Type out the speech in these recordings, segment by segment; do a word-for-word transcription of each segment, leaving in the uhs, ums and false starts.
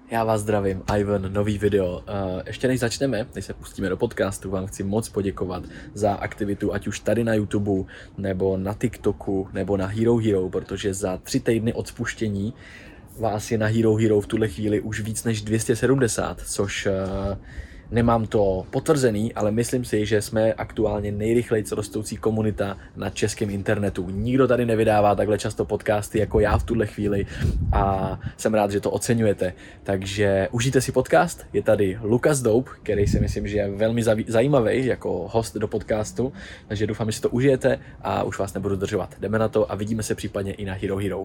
Já vás zdravím, Ivan, nový video. Uh, ještě než začneme, než se pustíme do podcastu, vám chci moc poděkovat za aktivitu, ať už tady na YouTube, nebo na TikToku, nebo na Hero Hero, protože za tři týdny od spuštění vás je na Hero Hero v tuhle chvíli už víc než dvě stě sedmdesát, což uh, nemám to potvrzený, ale myslím si, že jsme aktuálně nejrychleji rostoucí komunita na českém internetu. Nikdo tady nevydává takhle často podcasty jako já v tuhle chvíli a jsem rád, že to oceňujete. Takže užijte si podcast, je tady Lukas Dope, který si myslím, že je velmi zajímavý jako host do podcastu, takže doufám, že si to užijete a už vás nebudu zdržovat. Jdeme na to a vidíme se případně i na Hero Hero.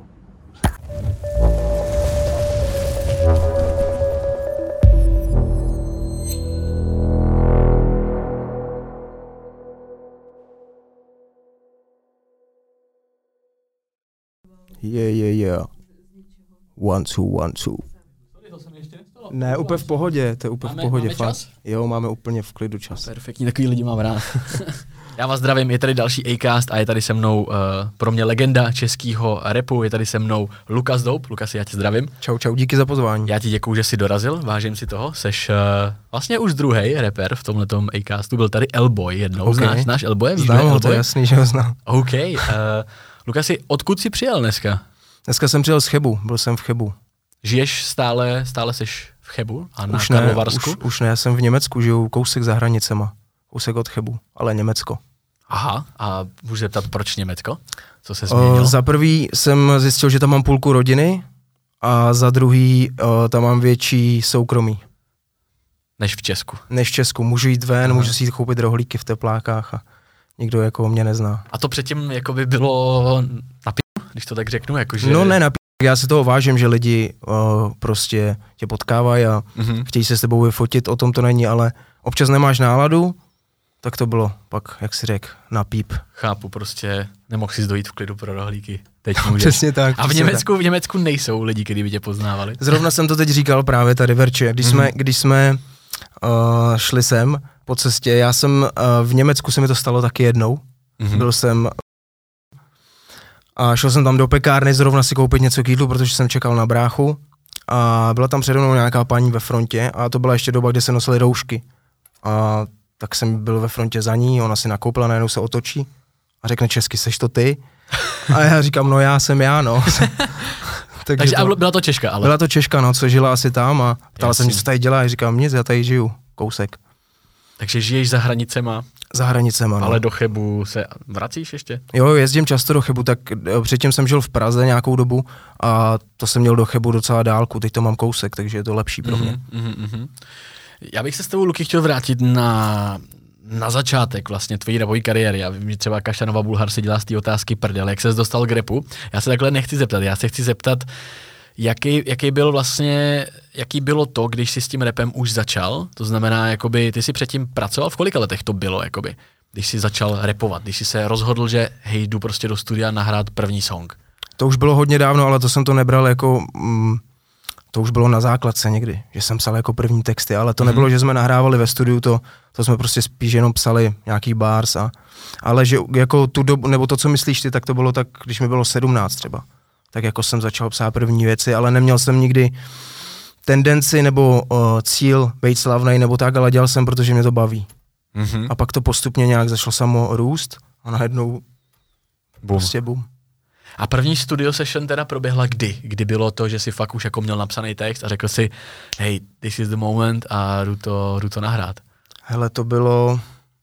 Je, je, je. One, two, one, two. Ne, úplně v pohodě, to je úplně máme, v pohodě. Máme čas? Jo, máme úplně v klidu čas. Perfektní, takový lidi mám rád. Já vás zdravím, je tady další Acast a je tady se mnou uh, pro mě legenda českého rapu, je tady se mnou Lukas Dope. Lukasi, já tě zdravím. Čau, čau, díky za pozvání. Já ti děkuju, že jsi dorazil, vážím si toho, seš uh, vlastně už druhý rapper v tomhletom Acastu, byl tady Elboy jednou, okay. Znáš, znáš Elboye? Znám ho, to je jasný, že ho znám. OK, uh, Lukasi, odkud jsi přijel dneska? Dneska jsem přijel z Chebu, byl jsem v Chebu. Žiješ stále, stále seš v Chebu a na už Karlovarsku? Ne, už, už ne, já jsem v Německu, žiju kousek za hranicema, kousek od Chebu, ale Německo. Aha, a můžu zeptat, proč Německo? Co se změnilo? O, za prvý jsem zjistil, že tam mám půlku rodiny a za druhý o, tam mám větší soukromí. Než v Česku? Než v Česku, můžu jít ven, Aha. můžu si jít koupit rohlíky v teplákách a nikdo jako mě nezná. A to předtím jako by bylo na p***, když to tak řeknu? Jakože... No ne na p***, já si toho vážím, že lidi uh, prostě tě potkávají a mm-hmm. chtějí se s tebou vyfotit, o tom to není, ale občas nemáš náladu, tak to bylo pak, jak si řek, na píp. Chápu, prostě nemohl si dojít v klidu pro rohlíky. Teď můžeš. Přesně tak. A v Německu, v Německu nejsou lidi, kteří by tě poznávali? Zrovna jsem to teď říkal právě tady Verče, když mm-hmm. jsme, když jsme uh, šli sem po cestě, já jsem uh, v Německu se mi to stalo taky jednou, mm-hmm. byl jsem a šel jsem tam do pekárny zrovna si koupit něco k jídlu, protože jsem čekal na bráchu a byla tam přede mnou nějaká paní ve frontě a to byla ještě doba, kdy se nosily roušky. A tak jsem byl ve frontě za ní, ona si nakoupila, najednou se otočí a řekne česky, seš to ty? A já říkám, no já jsem já, no. Takže, Takže to, byla to Češka, ale? Byla to Češka, no, co žila asi tam a ptala jsem, co tady dělá a říkám, nic, já tady žiju, kousek. Takže žiješ za hranicema? Za hranicema, no. Ale do Chebu se vracíš ještě? Jo, jezdím často do Chebu, tak předtím jsem žil v Praze nějakou dobu a to jsem měl do Chebu docela dálku, teď to mám kousek, takže je to lepší pro mě. Mm-hmm, mm-hmm. Já bych se s tebou, Luky, chtěl vrátit na, na začátek vlastně tvojí rapové kariéry. Já vím, že třeba Kašanova Bulhar si dělá z té otázky prdel, jak ses dostal k rapu. Já se takhle nechci zeptat, já se chci zeptat, jaký, jaký byl vlastně, jaký bylo to, když jsi s tím rapem už začal? To znamená, jakoby, ty jsi předtím pracoval, v kolika letech to bylo, jakoby, když jsi začal rapovat, když jsi se rozhodl, že hej, jdu prostě do studia nahrát první song? To už bylo hodně dávno, ale to jsem to nebral jako... Mm, to už bylo na základce někdy, že jsem psal jako první texty, ale to mm. nebylo, že jsme nahrávali ve studiu, to, to jsme prostě spíš jenom psali nějaký bars a, ale že jako tu dobu, nebo to, co myslíš ty, tak to bylo tak, když mi bylo sedmnáct třeba, tak jako jsem začal psát první věci, ale neměl jsem nikdy tendenci nebo uh, cíl být slavnej nebo tak, ale dělal jsem, protože mě to baví. Mm-hmm. A pak to postupně nějak začalo samo růst a najednou bum. prostě bum. A první studio session teda proběhla kdy? Kdy bylo to, že si fakt už jako měl napsaný text a řekl si, hey, this is the moment a jdu to, jdu to nahrát? Hele, to bylo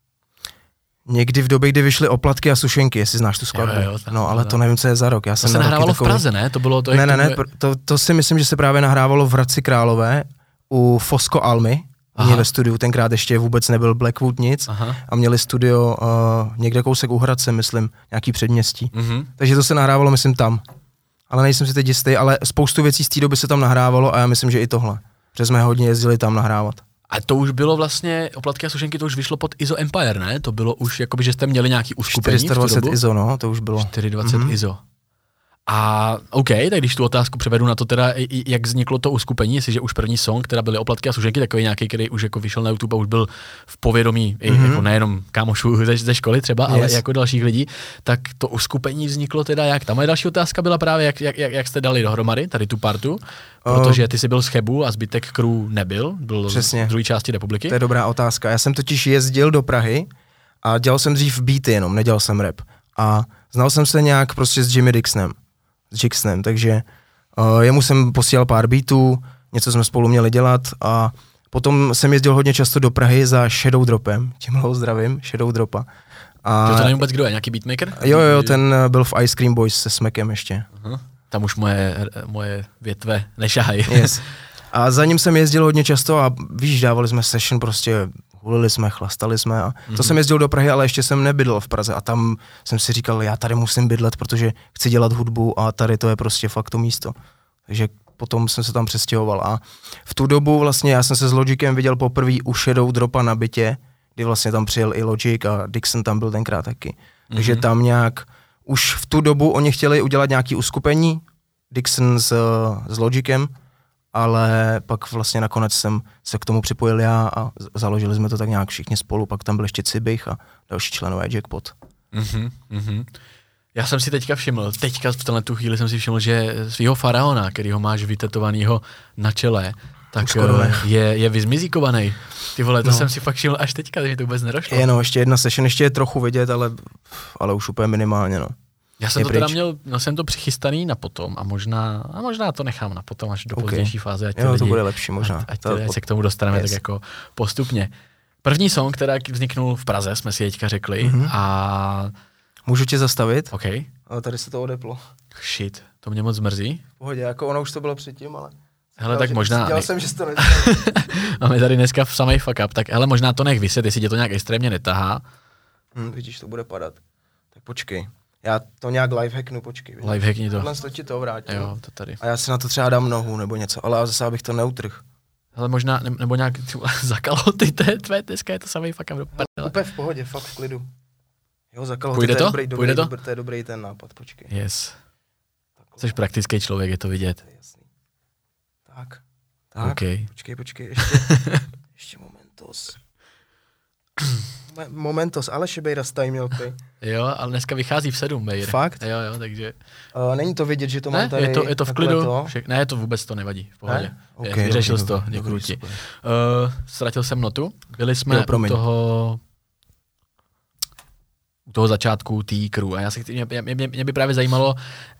někdy v době, kdy vyšly Oplatky a sušenky, jestli znáš tu skladbu. Jo, jo, tam, no, ale to nevím, co je za rok. Já to jsem se nahrávalo takový... v Praze, ne? To bylo to, ne, ne, ne, to, to, to si myslím, že se právě nahrávalo v Hradci Králové u Fosco Almy. Měli ve studiu, tenkrát ještě vůbec nebyl Blackwood nic. Aha. A měli studio uh, někde kousek u Hradce, myslím, nějaký předměstí. Mm-hmm. Takže to se nahrávalo, myslím, tam. Ale nejsem si teď jistý, ale spoustu věcí z té doby se tam nahrávalo a já myslím, že i tohle. Protože jsme hodně jezdili tam nahrávat. A to už bylo vlastně, Oplatky a sušenky, to už vyšlo pod I S O Empire, ne? To bylo už, jakoby, že jste měli nějaký uskupení čtyři sta dvacet I S O, no, to už bylo. čtyři sta dvacet mm-hmm. I S O. A OK, tak když tu otázku převedu na to teda, jak vzniklo to uskupení, jestliže už první song, teda byly Oplatky a sušenky, takový nějaký, který už jako vyšel na YouTube a už byl v povědomí mm-hmm. i jako nejenom kámošů ze, ze školy třeba, yes. ale jako dalších lidí, tak to uskupení vzniklo teda jak? Ta moje další otázka byla právě, jak, jak, jak jste dali dohromady tady tu partu, protože ty jsi byl z Chebu a zbytek crew nebyl, byl Přesně. z druhé části republiky. To je dobrá otázka. Já jsem totiž jezdil do Prahy a dělal jsem dřív beaty jenom, nedělal jsem rap. A znal jsem se nějak prostě s Jimmy Dixonem. S Jixnem, takže uh, jemu jsem posílal pár beatů, něco jsme spolu měli dělat a potom jsem jezdil hodně často do Prahy za Shadow Dropem, tímhle ho zdravím, Shadow Dropa. A to, to nevím vůbec kdo je, nějaký beatmaker? Jo, jo, ten byl v Ice Cream Boys se Smekem ještě. Aha. Tam už moje, moje větve nešahají. Yes. A za ním jsem jezdil hodně často a víš, dávali jsme session, prostě hulili jsme, chlastali jsme a mm-hmm. to jsem jezdil do Prahy, ale ještě jsem nebydlel v Praze a tam jsem si říkal, já tady musím bydlet, protože chci dělat hudbu a tady to je prostě fakt to místo. Takže potom jsem se tam přestěhoval a v tu dobu vlastně já jsem se s Logicem viděl poprvé u Shadow Dropa na bytě, kdy vlastně tam přijel i Logic a Dixon tam byl tenkrát taky. Mm-hmm. Takže tam nějak, už v tu dobu oni chtěli udělat nějaký uskupení, Dixon s, s Logicem, ale pak vlastně nakonec jsem se k tomu připojil já a založili jsme to tak nějak všichni spolu, pak tam byl ještě Cibich a další členové Jackpot. Mm-hmm, mm-hmm. Já jsem si teďka všiml, teďka v tenhle tu chvíli jsem si všiml, že svýho faraona, který ho máš vytetovanýho na čele, tak je, je vyzmizikovaný. Ty vole, to no. jsem si fakt všiml až teďka, takže to vůbec nedošlo. Je no, ještě jedna session, ještě je trochu vidět, ale, ale už úplně minimálně, no. Já jsem je to pryč. teda měl, no jsem to přichystaný na potom a možná, a možná to nechám na potom až do okay. pozdější fáze, ať ty jo, lidi, to bude lepší možná. Ať, ať, ať se k tomu dostaneme yes. tak jako postupně. První song, který vzniknul v Praze, jsme si teďka řekli mm-hmm. a... Můžu tě zastavit? OK. Ale tady se to odeplo. Shit, to mě moc zmrzí. V pohodě, jako ono už to bylo předtím, ale... Hele, tak možná... Dělal jsem, že to máme tady dneska v samej fuck up, tak hele, možná to nech vyset, jestli tě to nějak extrémně netahá. Hmm, vidíš, to bude padat. Tak počkej. Já to nějak lifehacknu, počkej. Lifehackni to. Tohle to ti to vrátím. Jo, to tady. A já si na to třeba dám nohu nebo něco, ale zase abych to neutrh. Ale možná, ne, nebo nějak zakalhoty, to je tvé, dneska je to samej fuck up do prdele. Úplně v pohodě, fakt v klidu. Jo, zakalhoty, Půjde to? to? Dobrý, dobrý, Půjde to? Dobrý, to je dobrý ten nápad, počkej. Yes. Jsi praktický člověk, je to vidět. Jasný. Tak, tak, okay. počkej, počkej, ještě, ještě momentos. Momentos, ale Šebejra staj měl ty. Jo, ale dneska vychází v sedm, Bejr. Fakt? Jo, jo, takže... Uh, není to vidět, že to ne, mám tady... je to, je to v klidu. To? Však, ne, to vůbec to nevadí, v pohodě. Okay, je, vyřešil jsi dobrý, to, děkuji ti. Uh, ztratil jsem notu, byli jsme jo, u toho... u toho začátku té crew a já se chci, mě, mě, mě by právě zajímalo,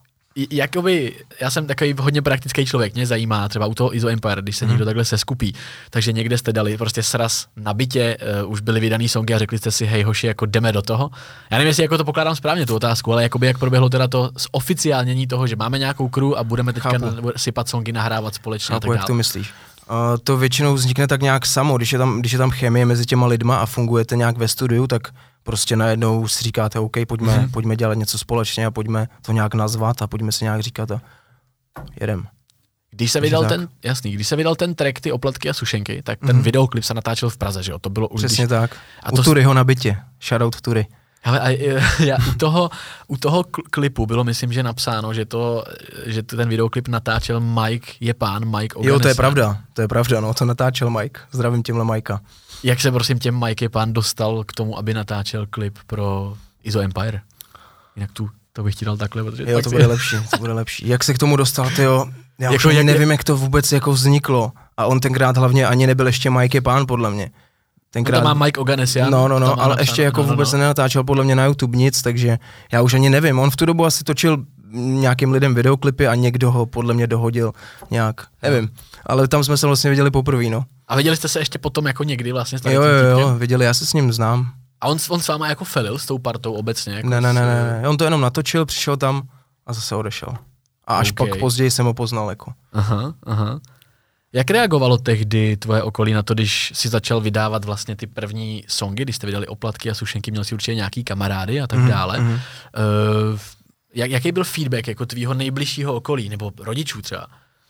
jakoby, já jsem takový hodně praktický člověk, mě zajímá třeba u toho Izo Empire, když se mm. někdo takhle seskupí, takže někde jste dali prostě sraz na bytě, uh, už byly vydaný songy a řekli jste si, hej hoši, jako jdeme do toho. Já nevím, jestli jako to pokládám správně tu otázku, ale jakoby jak proběhlo teda to zoficiálnění toho, že máme nějakou crew a budeme teďka na, sypat songy, nahrávat společně. Chápu, a tak jak dále. to myslíš. Uh, to většinou vznikne tak nějak samo, když je tam, když je tam chemie mezi těma lidma a fungujete nějak ve studiu, tak prostě najednou si říkáte, OK, pojďme, mm-hmm. pojďme dělat něco společně a pojďme to nějak nazvat a pojďme si nějak říkat a jedem. Když se vydal ten, jasný, když se vydal ten track, ty Oplatky a sušenky, tak ten mm-hmm. videoklip se natáčel v Praze, že jo? To bylo už přesně když... tak. A u to... Turyho na bytě. Shoutout Tury. Ale a, já, u toho, u toho klipu bylo, myslím, že napsáno, že to, že ten videoklip natáčel Mike je pán, Mike Oganesa. Jo, to je pravda, to je pravda, no, to natáčel Mike. Zdravím tímhle Mikea. Jak se prosím tě Mike je pán dostal k tomu, aby natáčel klip pro Izo Empire? Jinak tu, to bych ti dal takhle, protože... Jo, to bude lepší, to bude lepší. Jak se k tomu dostal, tyjo, já jako už jak nevím, jak to vůbec jako vzniklo. A on tenkrát hlavně ani nebyl ještě Mike je pán, podle mě. Tenkrát... To má Mike Oganesian. No, no, no, ale napsáno. ještě jako no, no, vůbec no. nenatáčel podle mě na YouTube nic, takže já už ani nevím. On v tu dobu asi točil nějakým lidem videoklipy a někdo ho podle mě dohodil nějak, nevím. Ale tam jsme se vlastně viděli poprvé, no. A viděli jste se ještě potom jako někdy vlastně? Jo, jo, jo, viděli, já se s ním znám. A on, on s váma jako felil s tou partou obecně? Jako ne, ne, ne, s... ne, on to jenom natočil, přišel tam a zase odešel. A až okay. pak později jsem ho poznal, jako. Aha, aha. Jak reagovalo tehdy tvoje okolí na to, když si začal vydávat vlastně ty první songy, když jste vydali Oplatky a sušenky, měl si určitě nějaký kamarády a tak dále. Mm-hmm. Uh, jak, jaký byl feedback jako tvýho nejbližšího okolí, nebo rodičů třeba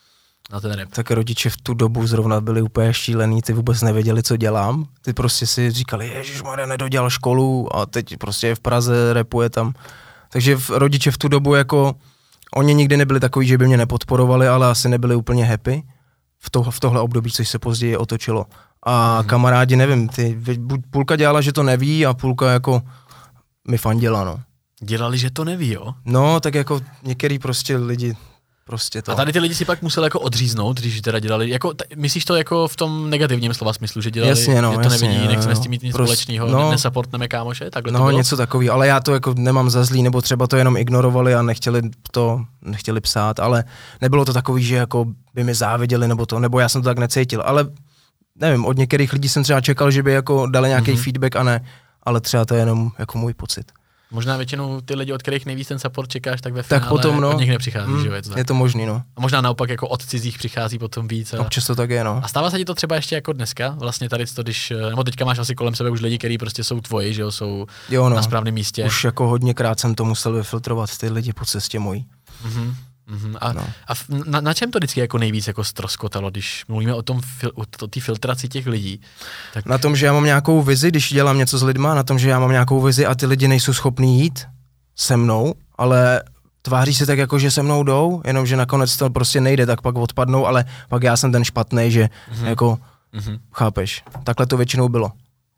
na ten rap? Tak rodiče v tu dobu zrovna byli úplně šílený, ty vůbec nevěděli, co dělám. Ty prostě si říkali, ježišmarja, nedodělal školu a teď prostě v Praze rapuje tam. Takže v, rodiče v tu dobu jako oni nikdy nebyli takový, že by mě nepodporovali, ale asi nebyli úplně happy v, to, v tohle období, což se později otočilo. A hmm. kamarádi, nevím, ty, buď půlka dělala, že to neví a půlka jako mi fandila, no. Dělali, že to neví, jo? No, tak jako některý prostě lidi prostě to. A tady ty lidi si pak museli jako odříznout, když teda dělali, jako, t- myslíš to jako v tom negativním slova smyslu, že dělali, jasně, no, že to jasně, nevidí, jo, nechceme jo. s tím mít nic Prost, společného, no, nesupportneme kámoše, takhle no, to bylo? něco takový, ale já to jako nemám za zlý, nebo třeba to jenom ignorovali a nechtěli to, nechtěli psát, ale nebylo to takový, že jako by mi záviděli nebo to, nebo já jsem to tak necítil, ale nevím, od některých lidí jsem třeba čekal, že by jako dali nějaký mm-hmm. feedback a ne, ale třeba to je jenom jako můj pocit. Možná většinou ty lidi, od kterých nejvíc ten support čekáš, tak ve finále tak potom, no, od nich nepřichází, mm, že je to tak. Je to možný, no. A možná naopak jako od cizích přichází potom víc. A... Občas to tak je, no. A stává se ti to třeba ještě jako dneska? Vlastně tady to, když, nebo teďka máš asi kolem sebe už lidi, kteří prostě jsou tvoji, že jo, jsou jo, no. na správném místě. Už jako hodněkrát jsem to musel vyfiltrovat, ty lidi po cestě mojí. Mm-hmm. Mm-hmm. A, no. a na, na čem to vždycky jako nejvíc jako ztroskotalo, když mluvíme o tom fil, o té filtraci těch lidí? Tak... Na tom, že já mám nějakou vizi, když dělám něco s lidma, na tom, že já mám nějakou vizi a ty lidi nejsou schopní jít se mnou, ale tváří se tak jako, že se mnou jdou, jenomže nakonec to prostě nejde, tak pak odpadnou, ale pak já jsem ten špatnej, že mm-hmm. jako mm-hmm. chápeš. Takhle to většinou bylo.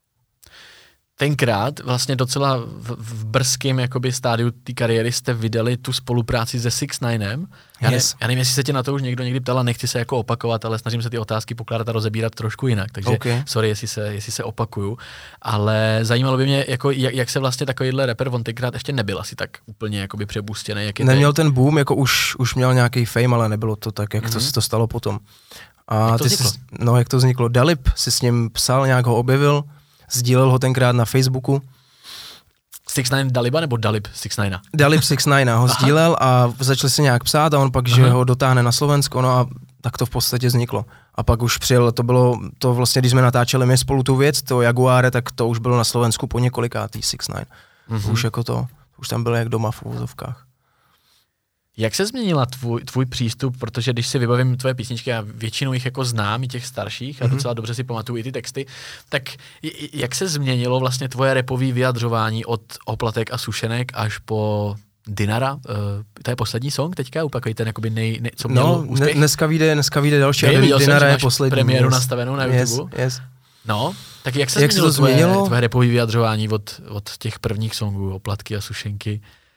Tenkrát vlastně docela v, v brzkém jakoby stádiu té kariéry jste vydali tu spolupráci se six ninem. Já, yes. ne, já nevím, jestli se tě na to už někdo někdy ptal, nechci se jako opakovat, ale snažím se ty otázky pokládat a rozebírat trošku jinak, takže okay. sorry, jestli se, jestli se opakuju, ale zajímalo by mě, jako, jak, jak se vlastně takovýhle rapper, on tenkrát ještě nebyl asi tak úplně jakoby přebustěný, jak je neměl teď. Ten boom, jako už, už měl nějaký fame, ale nebylo to tak, jak mm-hmm. to se to stalo potom. A jak to ty vzniklo? Jsi, no, jak to vzniklo? Dalip si s ním psal, nějak ho objevil, sdílel ho tenkrát na Facebooku. six nine Daliba nebo Dalip six nine? Dalip six nine ho sdílel a začali si nějak psát a on pak, Aha. že ho dotáhne na Slovensko, no a tak to v podstatě vzniklo. A pak už přijel, to bylo, to vlastně, když jsme natáčeli my spolu tu věc, to Jaguáre, tak to už bylo na Slovensku po několikátý six nine. Mm-hmm. Už jako to, už tam bylo jak doma v uvozovkách. Jak se změnila tvůj, tvůj přístup, protože když si vybavím tvoje písničky, já většinou jich jako znám, i těch starších, a mm-hmm. docela dobře si pamatuju i ty texty, tak jak se změnilo vlastně tvoje rapové vyjadřování od Oplatek a Sušenek až po Dinara? Uh, to je poslední song teďka, opakuj ten jakoby nej, nej, co měl no, úspěch? No, dneska vyjde, dneska vyjde další, okay, a Dinara jsem, je poslední. Premiéru yes. nastavenou na yes, YouTube. yes. No, tak jak se jak změnilo, se to změnilo tvoje, tvoje rapové vyjadřování od, od těch prvních songů, Oplatky a Sušenky?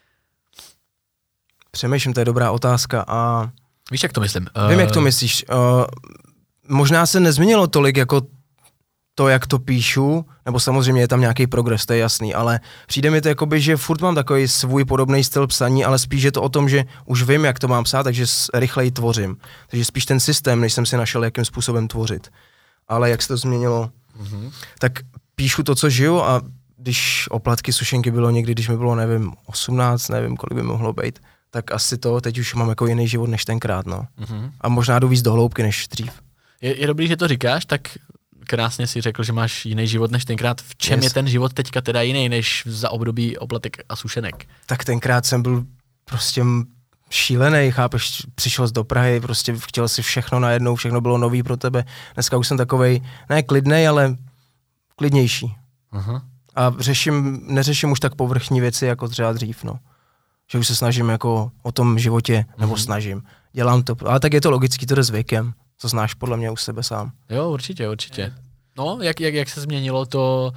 Přemýšlím, to je dobrá otázka a... Víš, jak to myslím? Vím, uh... jak to myslíš. Uh, možná se nezměnilo tolik jako to, jak to píšu, nebo samozřejmě je tam nějaký progres, to je jasný, ale přijde mi to jakoby, že furt mám takový svůj podobný styl psaní, ale spíš je to o tom, že už vím, jak to mám psát, takže rychleji tvořím. Takže spíš ten systém, než jsem si našel, jakým způsobem tvořit. Ale jak se to změnilo, mm-hmm. tak píšu to, co žiju a když Oplatky, Sušenky bylo někdy, když mi bylo, nevím, osmnáct, nevím, kolik by mohlo být, tak asi to, teď už mám jako jiný život než tenkrát, no. Mm-hmm. A možná jdu víc do hloubky než dřív. Je, je dobrý, že to říkáš, tak krásně si řekl, že máš jiný život než tenkrát. V čem yes. je ten život teďka teda jiný než za období Oplatek a Sušenek? Tak tenkrát jsem byl prostě šílený, chápeš, přišel do Prahy, prostě chtěl si všechno najednou, všechno bylo nový pro tebe. Dneska už jsem takovej, ne klidnej, ale klidnější. Uh-huh. A řeším, neřeším už tak povrchní věci, jako třeba dřív, no. Že už se snažím jako o tom životě, nebo mm-hmm. snažím. Dělám to, ale tak je to logický, to jde s věkem. To znáš podle mě u sebe sám. Jo, určitě, určitě. No, jak, jak, jak se změnilo to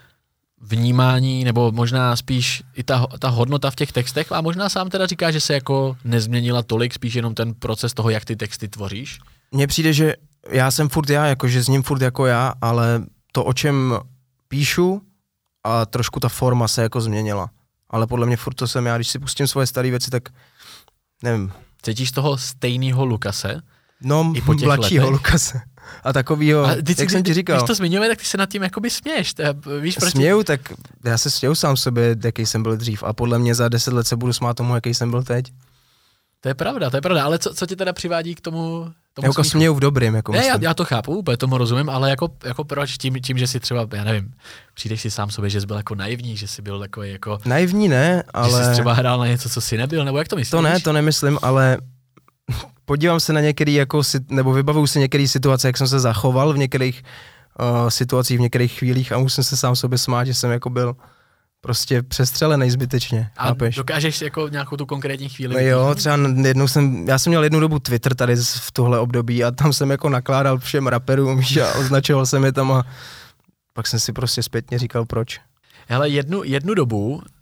vnímání, nebo možná spíš i ta, ta hodnota v těch textech, a možná sám teda říká, že se jako nezměnila tolik, spíš jenom ten proces toho, jak ty texty tvoříš? Mně přijde, že já jsem furt já, jakože zním furt jako já, ale to, o čem píšu, a trošku ta forma se jako změnila. Ale podle mě furt to jsem já, když si pustím svoje staré věci, tak nevím. Cítíš toho stejného Lukase? No, mladšího Lukase. A takovýho, a ty, jak ty, jsem ti říkal. Když to zmiňujeme, tak ty se nad tím jakoby směješ. Víš, proč směju, tak já se směju sám sobě, jaký jsem byl dřív. A podle mě za deset let se budu smát tomu, jaký jsem byl teď. To je pravda, to je pravda. Ale co, co tě teda přivádí k tomu? Tomu jako směju v dobrým, jako ne, já, já to chápu, úplně tomu rozumím, ale jako, jako proč? Tím, tím, že si třeba, já nevím, přijdeš si sám sobě, že jsi byl jako naivní, že jsi byl takový jako... Naivní ne, ale... Že jsi třeba hrál na něco, co jsi nebyl, nebo jak to myslíš? To ne, to nemyslím, ale podívám se na některý, jako, nebo vybavuju si některé situace, jak jsem se zachoval v některých uh, situacích, v některých chvílích a musím se sám sobě smát, že jsem jako byl prostě přestřelenej zbytečně, A chápeš? dokážeš si jako nějakou tu konkrétní chvíli? No jo, třeba jednou jsem, já jsem měl jednu dobu Twitter tady v tohle období a tam jsem jako nakládal všem raperům, že a označoval jsem je tam a pak jsem si prostě zpětně říkal proč. Hele, jednu, jednu dobu uh,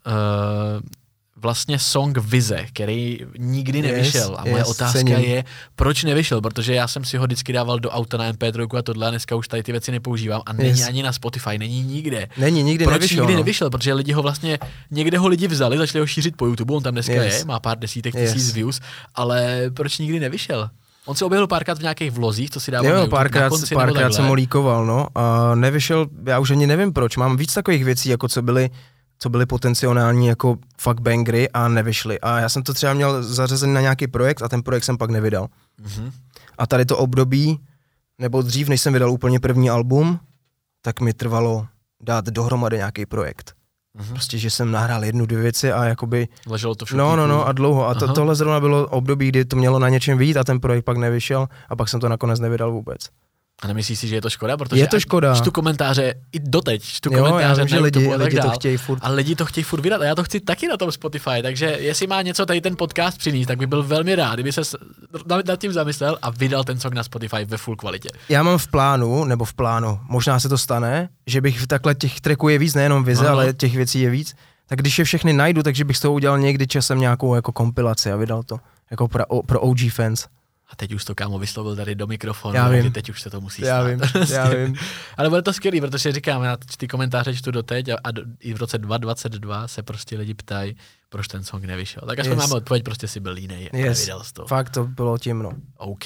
vlastně song Vize, který nikdy nevyšel. A moje yes, otázka cením. je, proč nevyšel, protože já jsem si ho vždycky dával do auta na em pé tři a tohle a dneska už tady ty věci nepoužívám a není Yes. ani na Spotify, není nikde. Není, nikdy Proč nevyšel. nikdy no. nevyšel? Protože lidi ho vlastně, někde ho lidi vzali, začali ho šířit po YouTube, on tam dneska Yes. je, má pár desítek Yes. tisíc views, ale proč nikdy nevyšel? On se objevil párkrát v nějakých vlozích, co si dával Jo, na YouTube, párkrát, na konci párkrát jsem ho líkoval, no, a nevyšel, já už ani nevím proč, mám víc takových věcí, jako co byly, co byly potenciální jako fakt bangry a nevyšly. A já jsem to třeba měl zařazený na nějaký projekt a ten projekt jsem pak nevydal. Mm-hmm. A tady to období, nebo dřív, než jsem vydal úplně první album, tak mi trvalo dát dohromady nějaký projekt. Mm-hmm. Prostě, že jsem nahrál jednu, dvě věci a jakoby... Leželo to v No, no, no šuplíku. a dlouho. A to, Aha. tohle zrovna bylo období, kdy to mělo na něčem vyjít a ten projekt pak nevyšel a pak jsem to nakonec nevydal vůbec. A nemyslíš si, že je to škoda? Protože Je to škoda. čtu komentáře i doteď, čtu Jo, komentáře já vím, na že YouTube lidi, a tak lidi to dál. chtějí furt. A lidi to chtějí furt vydat a já to chci taky na tom Spotify, takže jestli má něco tady ten podcast přinést, tak bych byl velmi rád, kdyby se nad tím zamyslel a vydal ten song na Spotify ve full kvalitě. Já mám v plánu, nebo v plánu, možná se to stane, že bych takhle těch tracků je víc, nejenom Vize, Aha. ale těch věcí je víc, tak když je všechny najdu, takže bych z toho udělal někdy časem nějakou jako kompilaci a vydal to, jako pro, pro ó gé fans. A teď už to kámo vyslovil tady do mikrofonu, Já takže vím. teď už se to musí Já stát. vím, já vím. Ale bude to skvělý, protože říkám, já ty komentáře čtu doteď a, a do, i v roce dva tisíce dvacet dva se prostě lidi ptají, proč ten song nevyšel. Tak aspoň Yes. máme odpověď, prostě si byl línej a Yes. nevydal jsi to. Fakt to bylo tím, no. OK.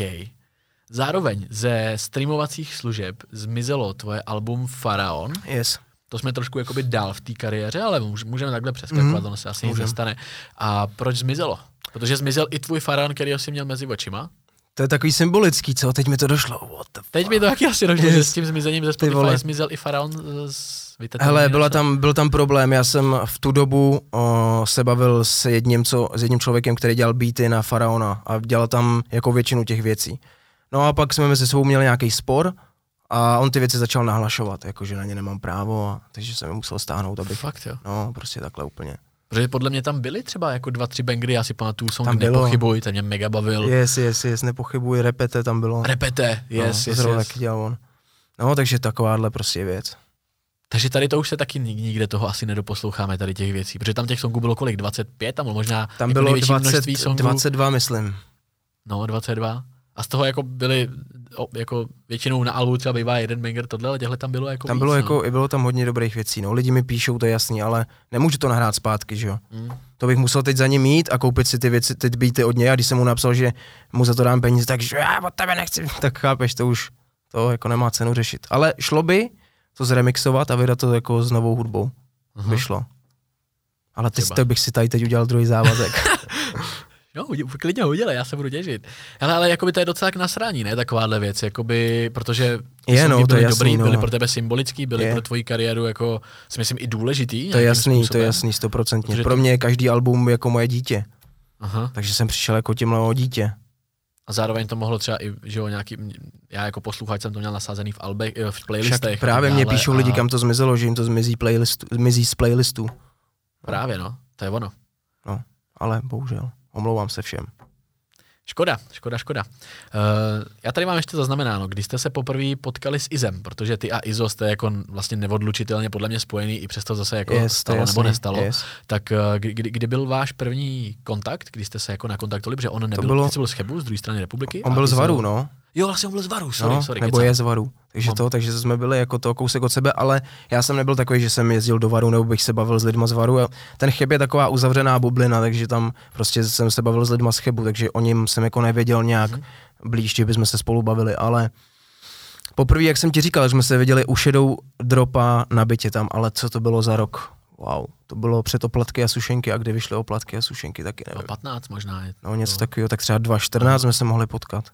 Zároveň ze streamovacích služeb zmizelo tvoje album Faraon. Yes. To jsme trošku jakoby dál v té kariéře, ale můž- můžeme takhle přeskakovat, Mhm. ono se asi nic Můžem. nestane. A proč zmizelo? Protože zmizel i tvůj Faraon, který jsi měl mezi očima. To je takový symbolický, co? Teď mi to došlo. What the Teď mi to taky asi došlo, Yes. že s tím zmizením ze Spotify vole. zmizel i Faraon z vytetovaný Hele, byla našel. tam, byl tam problém, já jsem v tu dobu o, se bavil s jedním, co, s jedním člověkem, který dělal beaty na Faraona a dělal tam jako většinu těch věcí. No a pak jsme mezi sebou měli nějaký spor a on ty věci začal nahlašovat, jakože na ně nemám právo, a, takže jsem je musel stáhnout, abych, Fakt jo. no prostě takhle úplně. Protože podle mě tam byly třeba jako dva, tři bangry, já si pamatuju song Tam bylo. Nepochybuj, ten mě mega bavil. Yes, yes, yes, nepochybuji, repete tam bylo. Repete, yes, no, yes, to yes. zrovna taky dělal on. No, takže takováhle prostě věc. Takže tady to už se taky nik- nikde toho asi nedoposloucháme, tady těch věcí, protože tam těch songů bylo kolik, dvacet pět, tam bylo možná Tam jako bylo největší dvacet, množství songů. dvacet dva, myslím. No, dvacet dva. A z toho jako byly, o, jako většinou na albu třeba bývá jeden banger tohle, ale těhle tam bylo jako Tam víc, bylo, no. jako, bylo tam hodně dobrých věcí, no. Lidi mi píšou, to je jasný, ale nemůžu to nahrát zpátky, že jo. Mm. To bych musel teď za ním jít a koupit si ty věci, teď beaty od něj a když jsem mu napsal, že mu za to dám peníze, takže já od tebe nechci, tak chápeš, to už to jako nemá cenu řešit. Ale šlo by to zremixovat a vydat to jako s novou hudbou. Aha. By šlo. Ale teď Třeba. to bych si tady teď udělal druhý závazek. No, udě- klidně ho udělej, já se budu těšit. Ale, ale jakoby to je docela k nasrání, ne, takováhle věc, jakoby, protože ty Je, songy no, to byly je jasný, dobrý, no. byly pro tebe symbolický, byly Je. pro tvoji kariéru jako, si myslím, i důležitý. To je nějakým jasný, to způsobem. je jasný, stoprocentně. Protože Pro ty- mě je každý album jako moje dítě, Aha. takže jsem přišel jako tímhle o dítě. A zároveň to mohlo třeba i, že jo, nějaký, já jako posluchač jsem to měl nasázený v, albe, v playlistech. Však právě mě píšou a... lidi, kam to zmizelo, že jim to zmizí, playlistu, zmizí z playlistů. Právě, no, to je ono. No, ale bohužel, omlouvám se všem. Škoda, škoda, škoda. Uh, já tady mám ještě zaznamenáno, když jste se poprvé potkali s Izem, protože ty a Izo jste jako vlastně neodlučitelně podle mě spojený, i přesto zase jako Yes, to stalo je nebo jasný, nestalo. yes. Tak uh, kdy, kdy, kdy byl váš první kontakt, kdy jste se jako nakontaktovali, protože on nebyl, bylo- ty jsi byl z Chebu, z druhé strany republiky. On a byl z Izo- Varu, no. Jo, vlastně on byl z Varu, sorry, no sorry. nebo kecám. je z Varu. Takže No. to, takže jsme byli jako to kousek od sebe, ale já jsem nebyl takový, že jsem jezdil do Varu, nebo bych se bavil s lidma z Varu. Ten Cheb je taková uzavřená bublina, takže tam prostě jsem se bavil s lidma z Chebu, takže o něm jsem jako nevěděl nějak Mhm. blíž, že bychom se spolu bavili, ale poprvé, jak jsem ti říkal, že jsme se viděli u Shadow Dropa na bytě tam, ale co to bylo za rok? Wow, to bylo před Oplatky a sušenky, a kdy vyšly Oplatky a sušenky, taky nevím. No, patnáct možná je. No něco to. takového, tak třeba dva tisíce čtrnáct jsme se mohli potkat.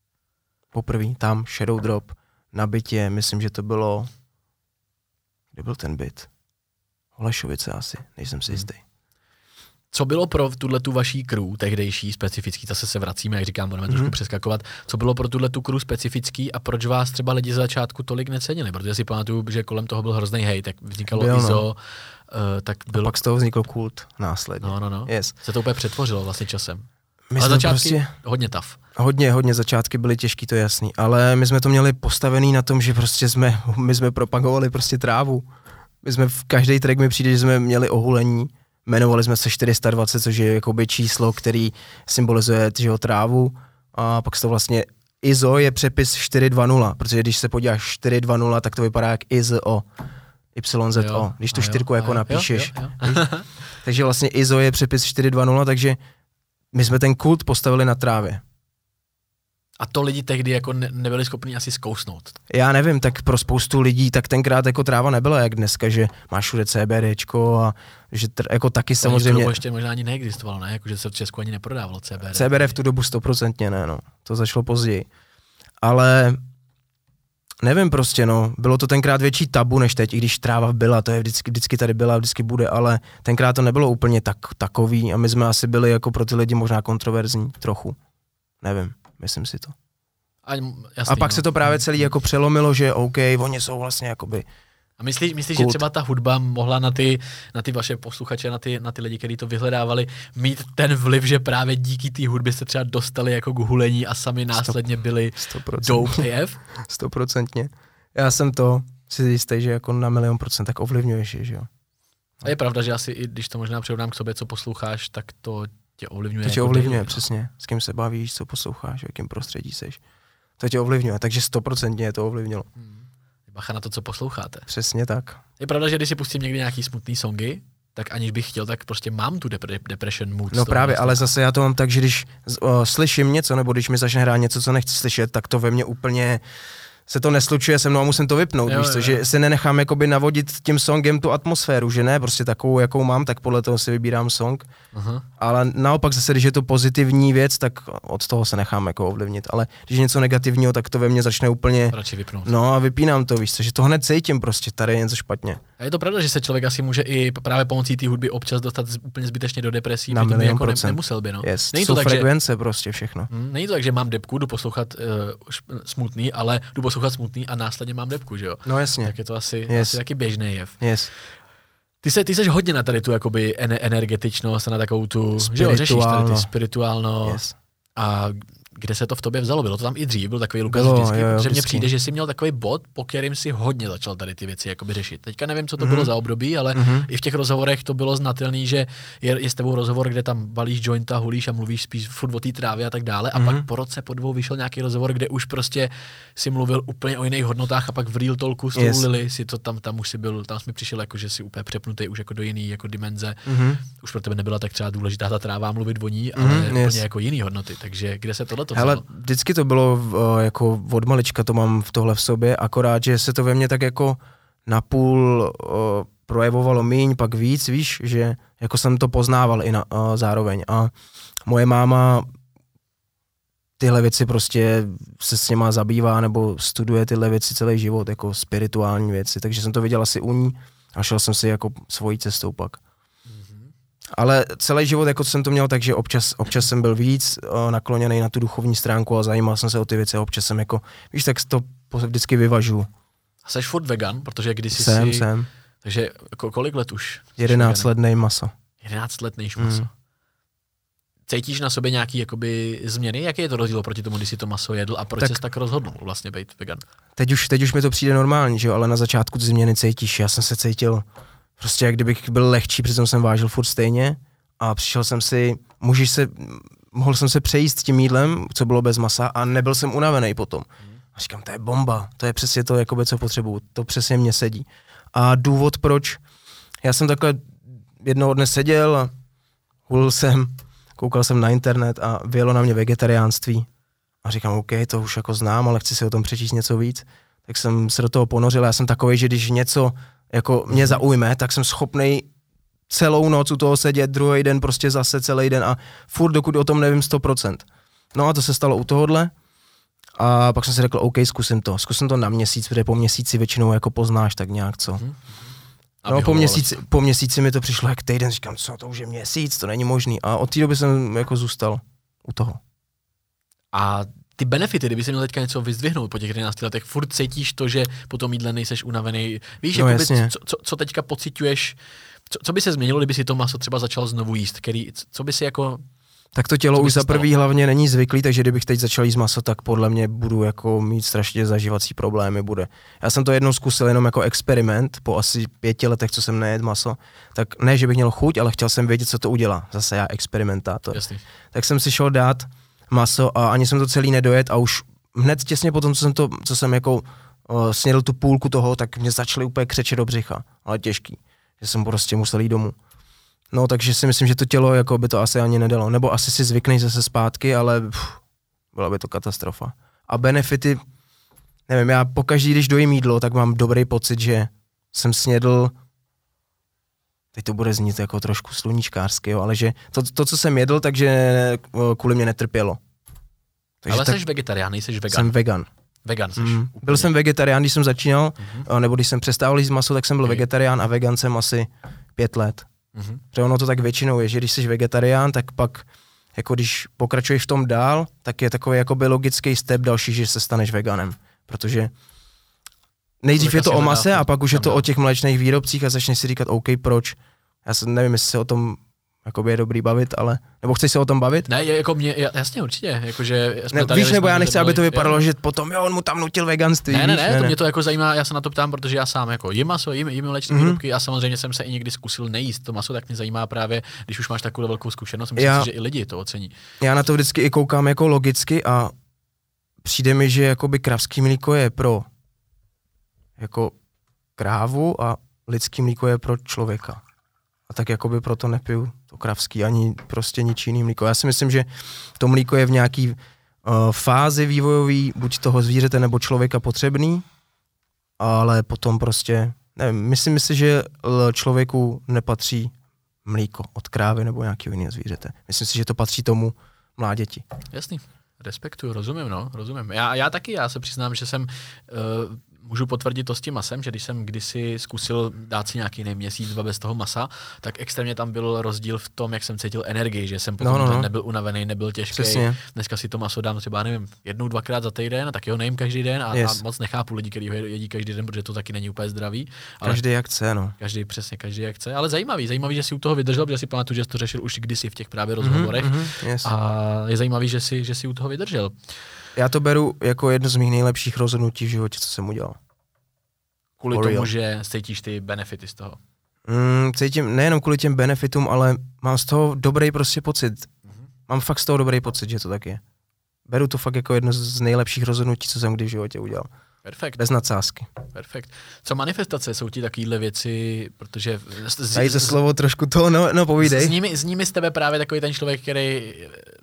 Poprvé, tam, Shadow Drop, na bytě, myslím, že to bylo, kde byl ten byt? Holešovice asi, nejsem si jistý. Co bylo pro tuhle tu vaší crew, tehdejší, specifický, zase se vracíme, jak říkám, budeme mm-hmm. trošku přeskakovat, co bylo pro tuhle tu crew specifický a proč vás třeba lidi za začátku tolik necenili? Protože si pamatuju, že kolem toho byl hrozný hejt, tak vznikalo byl, I S O, no. uh, tak bylo... A pak z toho vznikl kult následně. No, no, no. Yes. Se to úplně přetvořilo vlastně časem. My ale začátky prostě... hodně tough. Hodně, hodně začátky byly těžký, to je jasný, ale my jsme to měli postavený na tom, že prostě jsme, my jsme propagovali prostě trávu. My jsme v každý track mi přijde, že jsme měli ohulení, jmenovali jsme se čtyři sta dvacet, což je jakoby číslo, který symbolizuje že jo, trávu a pak to vlastně I S O je přepis čtyři dvacet, protože když se podíváš čtyři dvacet, tak to vypadá jak I S O, Y Z O, když tu čtyřku jako napíšeš. Jo, jo, jo. Takže vlastně I S O je přepis čtyři dvacet, takže my jsme ten kult postavili na trávě. A to lidi tehdy jako ne, nebyli schopni asi zkousnout. Já nevím, tak pro spoustu lidí, tak tenkrát jako tráva nebyla jak dneska, že máš všude CBDčko a že tr, jako taky to samozřejmě... To ještě možná ani neexistovalo, ne? Jako, že se v Česku ani neprodávalo C B D. C B D v tu dobu stoprocentně ne, no. To začalo později. Ale nevím prostě, no. Bylo to tenkrát větší tabu než teď, i když tráva byla, to je vždycky, vždycky tady byla, vždycky bude, ale tenkrát to nebylo úplně tak, takový a my jsme asi byli jako pro ty lidi možná kontroverzní trochu. Nevím. Myslím si to. A, jasný, a pak no. se to právě celý jako přelomilo, že OK, oni jsou vlastně jakoby... A myslíš, myslíš že třeba ta hudba mohla na ty, na ty vaše posluchače, na ty, na ty lidi, kteří to vyhledávali, mít ten vliv, že právě díky té hudbě se třeba dostali jako k hulení a sami následně byli dope A F? Stoprocentně. Já jsem to si jistý, že jako na milion procent tak ovlivňuješ, že jo. A je pravda, že asi i když to možná přirovnám k sobě, co posloucháš, tak to tě ovlivňuje. To tě jako ovlivňuje, daily, přesně. S kým se bavíš, co posloucháš, v jakém prostředí seš. To tě ovlivňuje, takže stoprocentně je to ovlivnilo. Hmm. Bacha na to, co posloucháte. Přesně tak. Je pravda, že když si pustím někdy nějaký smutný songy, tak aniž bych chtěl, tak prostě mám tu depre- depression mood. No právě, ale zase já to mám tak, že když uh, slyším něco, nebo když mi začne hrát něco, co nechci slyšet, tak to ve mně úplně se to neslučuje se mnou a musím to vypnout, jo, víš co, jo. Že se nenechám jakoby navodit tím songem tu atmosféru, že ne, prostě takovou, jakou mám, tak podle toho si vybírám song, uh-huh. Ale naopak zase, když je to pozitivní věc, tak od toho se nechám jako ovlivnit, ale když je něco negativního, tak to ve mně začne úplně, radši vypnout. No a vypínám to, víš co, že to hned cítím prostě, tady je něco špatně. A je to pravda, že se člověk asi může i právě pomocí té hudby občas dostat úplně zbytečně do depresí, na milion jako procent. Ne, nemusel by, no. Yes. Není to to tak, frekvence že, prostě všechno. Hm, není to tak, že mám depku, jdu poslouchat uh, smutný, ale jdu poslouchat smutný a následně mám depku, že jo? No jasně. Tak je to asi, yes. asi taky běžný jev. Yes. Ty, se, ty seš hodně na tady tu jakoby energetičnost a na takovou tu, že jo, řešíš tady ty spirituálno. Yes. A kde se to v tobě vzalo? Bylo to tam i dřív, byl takový Lukas bylo, vždycky, jo, jo, že mně vždycky. přijde, že jsi měl takový bod, po kterým si hodně začal tady ty věci jakoby řešit. Teďka nevím, co to mm-hmm. bylo za období, ale mm-hmm. i v těch rozhovorech to bylo znatelný, že je, je s tebou rozhovor, kde tam balíš jointa, hulíš a mluvíš spíš furt o té trávě a tak dále. A mm-hmm. pak po roce, po dvou vyšel nějaký rozhovor, kde už prostě si mluvil úplně o jiných hodnotách a pak v Real Talku s tou yes. Lily si to tam, tam už si byl, tam jsi mi přišel jako, že si úplně přepnutý už jako do jiný jako dimenze. Mm-hmm. Už pro tebe nebyla tak třeba důležitá ta tráva mluvit o ní, ale mm-hmm, úplně yes. jako jiný hodnoty. Takže kde se tohle to Hele, vzalo? vždycky to bylo uh, jako od malička to mám v tohle v sobě, akorát, že se to ve mně tak jako napůl uh, projevovalo míň, pak víc, víš, že jako jsem to poznával i na, uh, zároveň. A moje máma tyhle věci prostě se s něma zabývá nebo studuje tyhle věci celý život, jako spirituální věci, takže jsem to viděl asi u ní a šel jsem si jako svojí cestou pak. Ale celý život, jako jsem to měl, takže občas, občas jsem byl víc uh, nakloněný na tu duchovní stránku a zajímal jsem se o ty věci a občas jsem jako, víš, tak to vždycky vyvažu. A jsi furt vegan, protože když jsi jsem, si... Jsem, Takže ko- kolik let už? jedenáct let nej maso. jedenáct let nejš maso. Mm. Cítíš na sobě nějaký jakoby změny? Jaký je to rozdíl proti tomu, když jsi to maso jedl a proč tak, jsi tak rozhodl vlastně být vegan? Teď už, teď už mi to přijde normální, že jo, ale na začátku ty změny cítíš. Já jsem se cítil prostě jak kdybych byl lehčí, protože jsem vážil furt stejně a přišel jsem si, můžeš se, mohl jsem se přejíst tím jídlem, co bylo bez masa a nebyl jsem unavený potom. A říkám, to je bomba, to je přesně to, jakoby, co potřebuju, to přesně mě sedí. A důvod proč, já jsem takhle jednoho dne seděl a hulil jsem, koukal jsem na internet a vyjelo na mě vegetariánství. A říkám, OK, to už jako znám, ale chci si o tom přečíst něco víc. Tak jsem se do toho ponořil, já jsem takovej, že když něco jako mě zaujme, tak jsem schopnej celou noc u toho sedět, druhý den prostě zase celý den a furt dokud o tom nevím sto procent. No a to se stalo u tohohle a pak jsem si řekl, OK, zkusím to, zkusím to na měsíc, protože po měsíci většinou jako poznáš tak nějak co. No po měsíci, po měsíci mi to přišlo jak týden, říkám, co, to už je měsíc, to není možný. A od té doby jsem jako zůstal u toho. A ty benefity, kdyby si měl teďka něco vyzdvihnout po těch jedenácti letech, furt cítíš to, že po tom jídle nejseš unavený. Víš, no, jakoby, co, co, co teďka pociťuješ, co, co by se změnilo, kdyby si to maso třeba začal znovu jíst? Který, co by si jako... Tak to tělo už za prvý hlavně není zvyklý, takže kdybych teď začal jíst maso, tak podle mě budu jako mít strašně zažívací problémy bude. Já jsem to jednou zkusil jenom jako experiment, po asi pěti letech, co jsem nejedl maso, tak ne, že bych měl chuť, ale chtěl jsem vědět, co to udělá. Zase já experimentátor. Jasný. Tak jsem si šel dát maso a ani jsem to celý nedojet a už hned těsně potom, co jsem to, co jsem jako uh, snědl tu půlku toho, tak mě začaly úplně křečet do břicha, ale těžký, že jsem prostě musel jít domů. No, takže si myslím, že to tělo jako by to asi ani nedalo. Nebo asi si zvyknej zase zpátky, ale pff, byla by to katastrofa. A benefity, nevím, já pokaždý, když dojím jídlo, tak mám dobrý pocit, že jsem snědl, teď to bude znít jako trošku sluníčkářsky, jo, ale že to, to, co jsem jedl, takže kvůli mě netrpělo. Takže ale tak, jsi vegetarián, nejseš vegan. Jsem vegan. Vegan jsi. Mm, byl jsem vegetarián, když jsem začínal, mm-hmm. nebo když jsem přestával jíst maso, tak jsem byl okay. vegetarián a vegan jsem asi pět let. Mm-hmm. Protože ono to tak většinou je, že když jsi vegetarián, tak pak, jako když pokračuješ v tom dál, tak je takový jakoby logický step další, že se staneš veganem. Protože nejdřív je to o mase a pak už je to o těch mléčných výrobcích a začneš si říkat, OK, proč? Já se nevím, jestli se o tom jakoby je dobrý bavit, ale... Nebo chceš se o tom bavit? Ne, jako mě, jasně, určitě. Jakože ne, tady, víš, nebo já nechci, aby to vypadalo, jo. Že potom, jo, on mu tam nutil veganství. Ne, ne, víš? ne, ne, to mě to jako zajímá, já se na to ptám, protože já sám jako jím maso, jím, jím mléčné mm-hmm. výrobky a samozřejmě jsem se i někdy zkusil nejíst to maso, tak mě zajímá právě, když už máš takovou velkou zkušenost, myslím já, si, že i lidi to ocení. Já na to vždycky i koukám jako logicky a přijde mi, že jakoby kravský mlíko je pro jako krávu a lidský mlíko je pro člověka. A tak jakoby proto nepiju to kravský ani prostě nič jiný mlíko. Já si myslím, že to mlíko je v nějaký uh, fázi vývojový, buď toho zvířete nebo člověka potřebný, ale potom prostě, nevím, myslím si, že člověku nepatří mlíko od krávy nebo nějakého jiného zvířete. Myslím si, že to patří tomu mláděti. Jasný, respektuju, rozumím, no, rozumím. Já, já taky, já se přiznám, že jsem... Uh, můžu potvrdit to s tím masem, že když jsem kdysi zkusil dát si nějaký nej měsíc, dva bez toho masa, tak extrémně tam byl rozdíl v tom, jak jsem cítil energii, že jsem potom no, no, no. nebyl unavený, nebyl těžký. Přesně. Dneska si to maso dám třeba, nevím, jednou, dvakrát za týden, a taky ho nejím každý den a, yes. a moc nechápu lidi, kteří ho jedí každý den, protože to taky není úplně zdravý. Ale každý jak chce, no. Každý, přesně, každý jak chce, ale zajímavý, zajímavý, že si u toho vydržel, protože si pamatuju, že jsi to řešil už kdysi v těch právě rozhovorech mm-hmm, yes. a je zajímavý, že si, že si u toho vydržel. Já to beru jako jedno z mých nejlepších rozhodnutí v životě, co jsem udělal. Kvůli For tomu, real. Že cítíš ty benefity z toho? Mm, cítím nejenom kvůli těm benefitům, ale mám z toho dobrý prostě pocit. Mm-hmm. Mám fakt z toho dobrý pocit, že to tak je. Beru to fakt jako jedno z nejlepších rozhodnutí, co jsem kdy v životě udělal. Perfekt. Bez nadsázky. Perfekt. Co manifestace? Jsou ti takovýhle věci, protože... Tady to slovo trošku to, no, no povídej. S, s, nimi, s nimi z tebe právě takový ten člověk, který...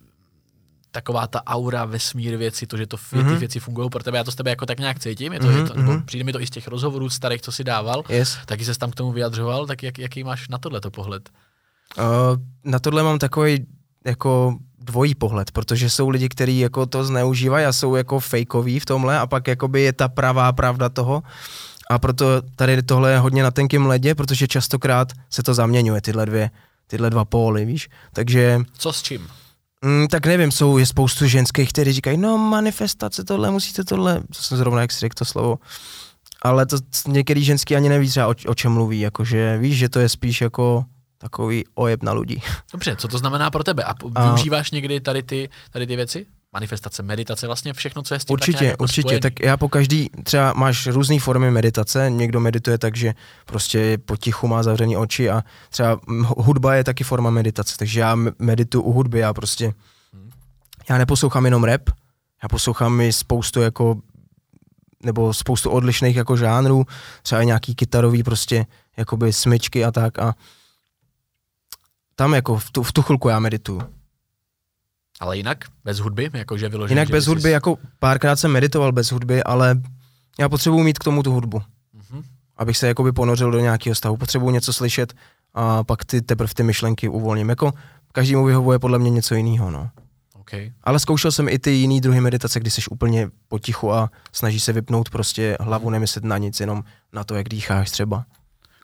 taková ta aura, vesmír věci, to, že to mm-hmm. ty věci fungují pro tebe, já to s tebe jako tak nějak cítím, je to, mm-hmm. je to, nebo přijde mi to i z těch rozhovorů starých, co si dával, yes. taky ses tam k tomu vyjadřoval, tak jak, jaký máš na tohleto pohled? Uh, na tohle mám takový jako dvojí pohled, protože jsou lidi, kteří jako to zneužívají a jsou jako fejkoví v tomhle a pak jakoby je ta pravá pravda toho a proto tady tohle je hodně na tenkým ledě, protože častokrát se to zaměňuje, tyhle dvě, tyhle dva póly, víš, takže... Co s čím? Mm, tak nevím, jsou je spoustu ženských, kteří říkají, no manifestace, tohle, musíte tohle, to jsem zrovna jak si řekl to slovo, ale to některý ženský ani neví třeba o, o čem mluví, jakože víš, že to je spíš jako takový ojeb na lidi. Dobře, co to znamená pro tebe? A, a využíváš někdy tady ty, tady ty věci? Manifestace, meditace, vlastně všechno, co je s tím určitě, tak jako určitě, spojený. Tak já po každý, třeba máš různé formy meditace, někdo medituje tak, že prostě potichu má zavřený oči a třeba hudba je taky forma meditace, takže já medituju u hudby, já prostě, já neposlouchám jenom rap, já poslouchám i spoustu jako, nebo spoustu odlišných jako žánrů, třeba nějaký kytarový prostě, jakoby smyčky a tak a tam jako v tu, v tu chvilku já medituju. Ale jinak, bez hudby, jakože vyloženě? Jinak bez hudby, jsi... jako párkrát jsem meditoval bez hudby, ale já potřebuji mít k tomu tu hudbu. Mm-hmm. Abych se jakoby ponořil do nějakého stavu. Potřebuji něco slyšet a pak ty teprve ty myšlenky uvolním. Jako každému vyhovuje podle mě něco jiného, no. Okay. Ale zkoušel jsem i ty jiný druhy meditace, kdy jsi úplně potichu a snaží se vypnout prostě hlavu, nemyslet na nic, jenom na to, jak dýcháš třeba.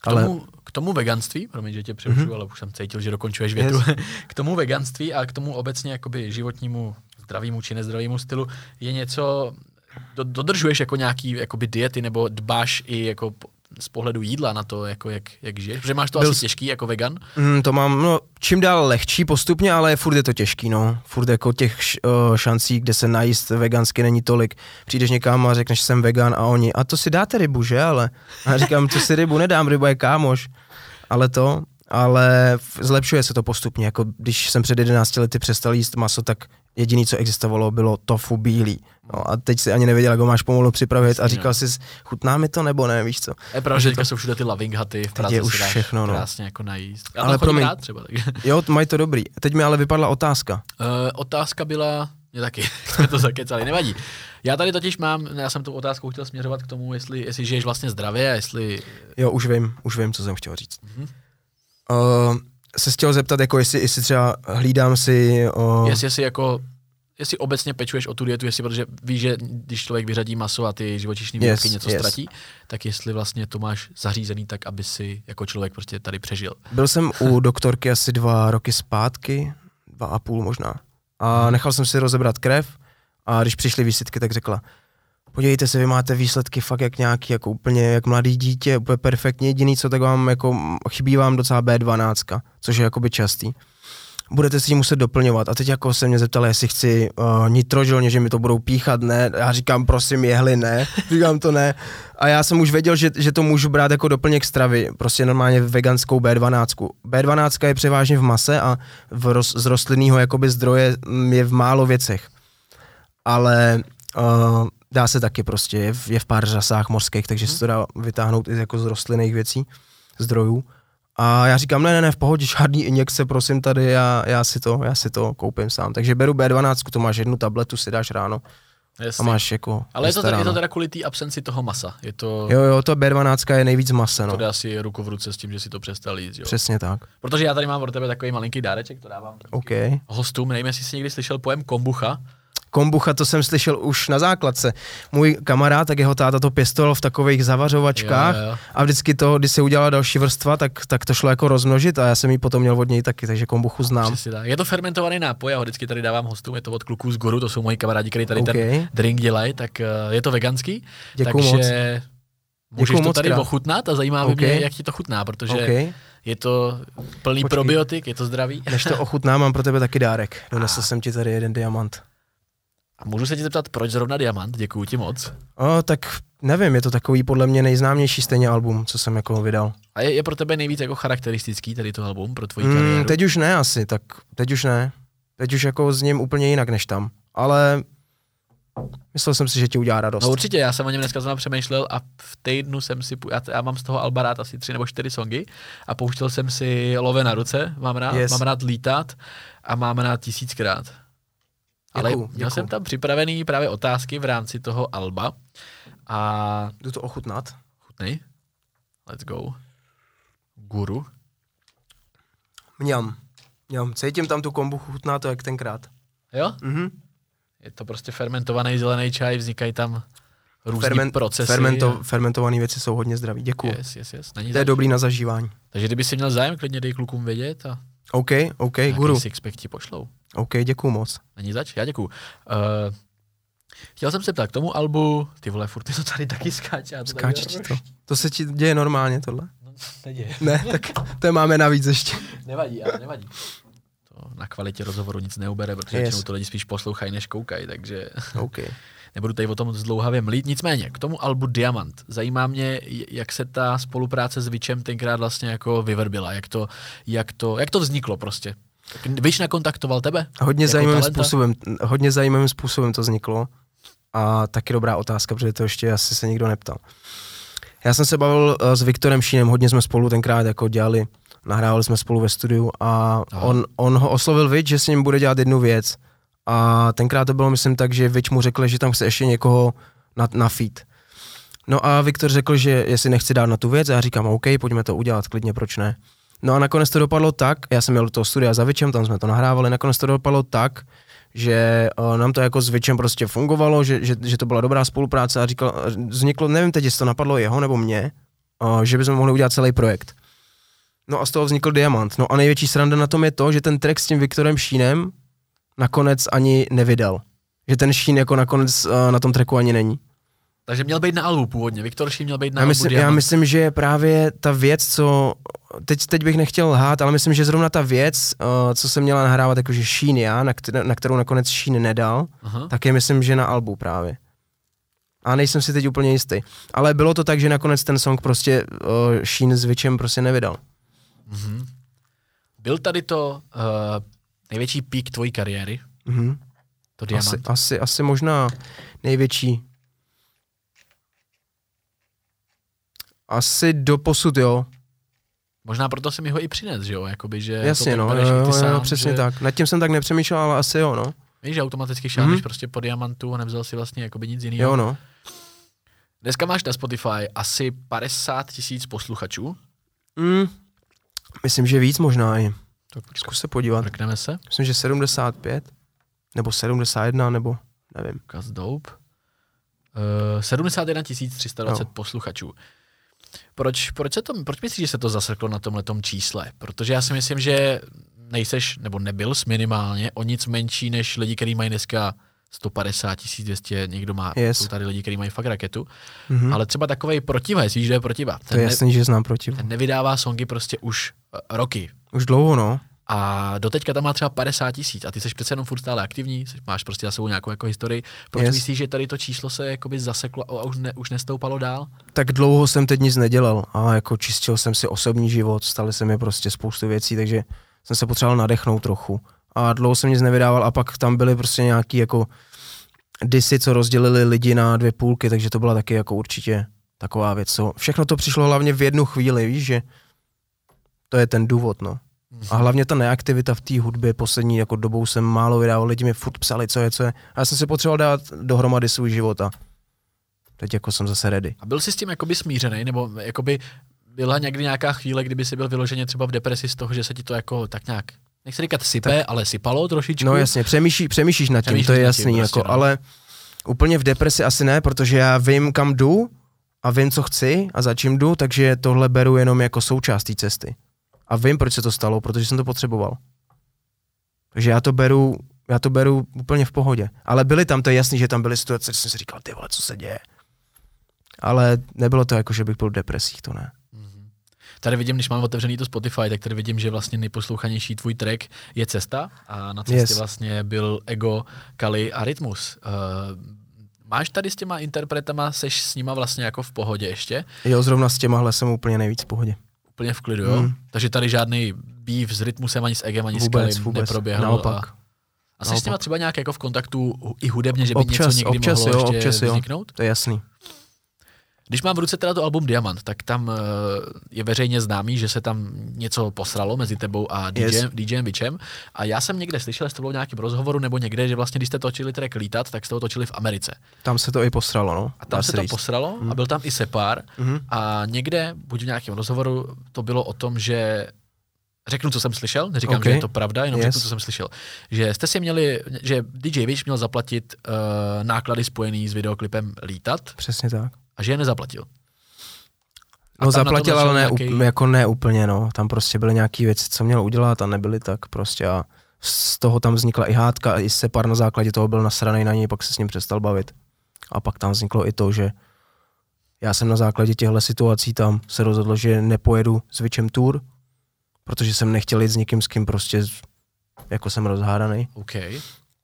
K tomu, ale... k tomu veganství, promiň, že tě přerušuju, mm-hmm. ale už jsem cítil, že dokončuješ větu. Yes. K tomu veganství a k tomu obecně jakoby životnímu zdravému či nezdravému stylu je něco, do, dodržuješ jako nějaký jakoby diety nebo dbáš i jako z pohledu jídla na to, jako jak, jak žiješ? Protože máš to Byl... asi těžký jako vegan? Mm, to mám, no, čím dál lehčí postupně, ale furt je to těžký, no. Furt jako těch uh, šancí, kde se najíst vegansky není tolik. Přijdeš někam a řekneš, že jsem vegan a oni, a to si dáte rybu, že? Ale a já říkám, to si rybu nedám, ryba je kámoš. Ale to, ale zlepšuje se to postupně, jako když jsem před jedenácti lety přestal jíst maso, tak jediný, co existovalo, bylo tofu bílý. No a teď si ani nevěděl, jak ho máš pomalu připravit a říkal si, chutná mi to nebo ne, víš co. Je pravda, že teďka jsou všude ty loving huty, v Praze už si dáš všechno, krásně no. jako najíst. Já ale tam chodím rád třeba. Tak. Jo, mají to dobrý. Teď mi ale vypadla otázka. Uh, otázka byla, mě taky, jsme to zakecali, nevadí. Já tady totiž mám, já jsem tu otázkou chtěl směřovat k tomu, jestli, jestli žiješ vlastně zdravě, jestli... Jo, už vím, už vím, co jsem chtěl říct. Mm-hmm. Uh, se chtěl zeptat, jako jestli, jestli třeba hlídám si... Uh... Jestli, jestli jako... Jestli obecně pečuješ o tu dietu, jestli, protože víš, že když člověk vyřadí maso a ty živočišní výrobky yes, něco yes. ztratí, tak jestli vlastně to máš zařízený tak, aby si jako člověk prostě tady přežil. Byl jsem u doktorky asi dva roky zpátky, dva a půl možná. A nechal jsem si rozebrat krev a když přišly výsledky, tak řekla, podívejte se, vy máte výsledky fakt jak nějaký, jako úplně jak mladý dítě, úplně perfektně, jediný co, tak vám jako chybí vám docela bé dvanáct, což je jakoby častý. Budete si ji muset doplňovat. A teď jako se mě zeptala, jestli chci uh, nitrožilně, že mi to budou píchat, ne. Já říkám, prosím, jehly, ne. Říkám to ne. A já jsem už věděl, že, že to můžu brát jako doplněk stravy, prostě normálně veganskou bé dvanáct. bé dvanáct je převážně v mase a v roz, z rostlinného jakoby zdroje je v málo věcech. Ale uh, dá se taky prostě, je v, je v pár řasách mořských, takže se to dá vytáhnout i jako z rostlinných věcí, zdrojů. A já říkám, ne, ne, ne, v pohodě, žádný injekce, prosím tady, já, já, si to, já si to koupím sám. Takže beru bé dvanáct, to máš jednu tabletu, si dáš ráno. Jasně. A máš jako... Ale je to, teda, je to teda kvůli té absenci toho masa. Je to... Jo, jo, to bé dvanáct je nejvíc masa, no. To jde asi ruku v ruce s tím, že si to přestal jíst, jo. Přesně tak. Protože já tady mám pro tebe takový malinký dáreček, to dávám okay. hostům, nevím, jestli jsi někdy slyšel pojem kombucha. Kombucha, to jsem slyšel už na základce. Můj kamarád, tak jeho táta to pěstoval v takových zavařovačkách jo, jo. a vždycky to, když se udělala další vrstva, tak, tak to šlo jako rozmnožit a já jsem ji potom měl od něj taky, takže kombuchu znám. Je to fermentovaný nápoj, já ho vždycky tady dávám hostům, je to od kluků z Guru, to jsou moji kamarádi, kteří tady okay. ten drink dělají, tak je to veganský, Děkuju takže moc. můžeš Děkuju to tady krát. ochutnat a zajímá okay. mě, jak ti to chutná, protože okay. je to plný Počkej. probiotik, je to zdravý. Než to ochutná, mám pro tebe taky dárek. Donesl jsem ti tady jeden diamant. A můžu se ti zeptat, proč zrovna diamant? Děkuju ti moc. O, tak nevím, je to takový podle mě nejznámější stejně album, co jsem jako vydal. A je, je pro tebe nejvíc jako charakteristický tady to album, pro tvoji mm, kariéru? Teď už ne asi, tak teď už ne. Teď už jako s ním úplně jinak než tam, ale myslel jsem si, že ti udělá radost. No určitě, já jsem o něm dneska znovu přemýšlel a v týdnu jsem si, já, já mám z toho alba rád asi tři nebo čtyři songy a pouštěl jsem si Love na ruce, mám rád, yes. mám rád Lítat a mám rád Tisíckrát. Ale děkuju, měl děkuju. jsem tam připravený právě otázky v rámci toho alba a... Jdu to ochutnat. Chutnej. Let's go. Guru. Mňam. Mňam. Cítím tam tu kombuchu, chutná to jak tenkrát. Jo? Mhm. Je to prostě fermentovaný zelený čaj, vznikají tam různý Ferment, procesy. Fermento, a... Fermentované věci jsou hodně zdraví, děkuju. Yes, yes, yes. Není to je dobrý na zažívání. Takže kdyby si měl zájem, klidně dej klukům vědět a... OK, OK, Guru. Sixpack ti pošlou. OK, děkuju moc. Není zač? Já děkuju. Uh, chtěl jsem se ptát k tomu albu, ty vole, furt ty to tady taky skáče. Skáče ti to? To se ti děje normálně tohle? No, neděje. Ne, tak to máme navíc ještě. Nevadí, ale nevadí. To na kvalitě rozhovoru nic neubere, protože yes. většinou to lidi spíš poslouchají, než koukají, takže okay. nebudu tady o tom zdlouhavě mlít. Nicméně, k tomu albu Diamant. Zajímá mě, jak se ta spolupráce s Vičem tenkrát vlastně jako vyvrbila, jak to, jak to, jak to vzniklo prostě. Vič nakontaktoval tebe? Hodně zajímavým způsobem, hodně zajímavým způsobem to vzniklo a taky dobrá otázka, protože to ještě asi se nikdo neptal. Já jsem se bavil s Viktorem Šínem, hodně jsme spolu tenkrát jako dělali, nahrávali jsme spolu ve studiu a on, on ho oslovil Vič, že s ním bude dělat jednu věc a tenkrát to bylo myslím tak, že Vič mu řekl, že tam chce ještě někoho na, na feat. No a Viktor řekl, že jestli nechci dát na tu věc a já říkám OK, pojďme to udělat, klidně, proč ne. No a nakonec to dopadlo tak, já jsem měl do toho studia za Vičem, tam jsme to nahrávali, nakonec to dopadlo tak, že uh, nám to jako s Vičem prostě fungovalo, že, že, že to byla dobrá spolupráce a říkal, vzniklo, nevím teď, jestli to napadlo jeho nebo mě, uh, že bychom mohli udělat celý projekt. No a z toho vznikl Diamant. No a největší sranda na tom je to, že ten track s tím Viktorem Šínem nakonec ani nevydal. Že ten Šín jako nakonec uh, na tom tracku ani není. Takže měl být na albu původně, Viktor Šín měl být na já albu myslím, Diamant. Já myslím, že právě ta věc, co, teď, teď bych nechtěl lhát, ale myslím, že zrovna ta věc, uh, co se měla nahrávat jakože Šín já, na, kter- na kterou nakonec Šín nedal, Aha. tak je myslím, že na albu právě. A nejsem si teď úplně jistý. Ale bylo to tak, že nakonec ten song prostě uh, Šín s Vičem prostě nevydal. Mm-hmm. Byl tady to uh, největší pík tvojí kariéry? Mm-hmm. To Diamant? Asi, asi, asi možná největší. Asi doposud, jo. Možná proto jsem mi ho i přines, že jo? Jakoby, že jasně, to no, jo, jo, ty jo, sám, přesně že... tak. Nad tím jsem tak nepřemýšlel, ale asi jo, no. Víš, že automaticky šáhneš mm-hmm. prostě po Diamantu a nevzal si vlastně jakoby nic jiného. Jo, no. Dneska máš na Spotify asi padesát tisíc posluchačů. Mm, myslím, že víc možná i. Tak zkus se podívat. Mrkneme se. Myslím, že sedmdesát pět, nebo sedmdesát jedna, nebo nevím. Kas dope. Uh, sedmdesát jedna tisíc tři sta dvacet no. posluchačů. Proč, proč, se to, proč myslíš, že se to zaseklo na tomhletom čísle? Protože já si myslím, že nejseš, nebo nebyl jsi minimálně o nic menší než lidi, kteří mají dneska sto padesát tisíc dvě stě, někdo má, yes. jsou tady lidi, kteří mají fakt raketu, mm-hmm. ale třeba takovej Protivajs, víš, že je Protiva. To je jasný, ne, že znám Protivu. Ten nevydává songy prostě už uh, roky. Už dlouho, no. A doteďka tam má třeba padesát tisíc a ty seš přece jenom furt stále aktivní, máš prostě za sebou nějakou jako historii. Proč yes. myslíš, že tady to číslo se jakoby zaseklo a už, ne, už nestoupalo dál? Tak dlouho jsem teď nic nedělal a jako čistil jsem si osobní život, staly se mi prostě spoustu věcí, takže jsem se potřeboval nadechnout trochu. A dlouho jsem nic nevydával a pak tam byly prostě nějaký jako disy, co rozdělili lidi na dvě půlky, takže to byla taky jako určitě taková věc. Co všechno to přišlo hlavně v jednu chvíli, víš, že to je ten důvod, no. A hlavně ta neaktivita v té hudbě poslední jako dobou jsem málo vydával, lidi mi furt psali, co je, co je. A já jsem si potřeboval dát dohromady svůj život a teď jako jsem zase ready. A byl jsi s tím jakoby smířený, nebo jakoby byla někdy nějaká chvíle, kdyby jsi byl vyloženě třeba v depresi z toho, že se ti to jako tak nějak, nechci říkat sype, tak, ale sypalo trošičku? No jasně, přemýšlí, přemýšlíš nad tím, přemýšlíš to je jasný, tím, prostě, jako, no. Ale úplně v depresi asi ne, protože já vím, kam jdu a vím, co chci a za čím jdu, takže tohle beru jenom jako součást té cesty. A vím, proč se to stalo, protože jsem to potřeboval. Takže já to beru, já to beru úplně v pohodě. Ale byly tam, to je jasný, že tam byly situace, že jsem si říkal, ty vole, co se děje. Ale nebylo to jako, že bych byl v depresích, to ne. Mm-hmm. Tady vidím, když mám otevřený to Spotify, tak tady vidím, že vlastně nejposlouchanější tvůj track je Cesta a na cestě yes. vlastně byl Ego, Kali a Rytmus. Uh, máš tady s těma interpretama, seš s nima vlastně jako v pohodě ještě? Jo, zrovna s těmahle jsem úplně nejvíc v pohodě. Úplně v klidu, jo? Mm. Takže tady žádný beef s Rytmusem, ani s Egem, ani vůbec, s Kalim vůbec. neproběhl. Naopak. A, a jsi s těma třeba nějak jako v kontaktu i hudebně, že by občas, něco někdy občas, mohlo jo, ještě občas, vzniknout? Jo. To je jasný. Když mám v ruce teda to album Diamant, tak tam uh, je veřejně známý, že se tam něco posralo mezi tebou a DJem, yes. DJem Vičem. A já jsem někde slyšel, jestli to bylo v nějakém rozhovoru nebo někde, že vlastně když jste točili track Lítat, tak jste to točili v Americe. Tam se to i posralo, no. A tam se to říct. posralo mm. a byl tam i Separ. Mm. A někde, buď v nějakém rozhovoru, to bylo o tom, že řeknu, co jsem slyšel, neříkám, okay. že je to pravda, jenom yes. řeknu, co jsem slyšel. Že jste si měli, že D J Vič měl zaplatit uh, náklady spojený s videoklipem Lítat. Přesně tak. A že je nezaplatil. A no zaplatil, ale ne, nějaký... jako ne úplně, no. Tam prostě byly nějaký věci, co měl udělat a nebyly tak prostě a z toho tam vznikla i hádka a i Separ na základě toho byl nasranej na něj, pak se s ním přestal bavit. A pak tam vzniklo i to, že já jsem na základě těchto situací tam se rozhodl, že nepojedu s Vičem tour, protože jsem nechtěl jít s někým, s kým prostě jako jsem rozhádaný. Okay.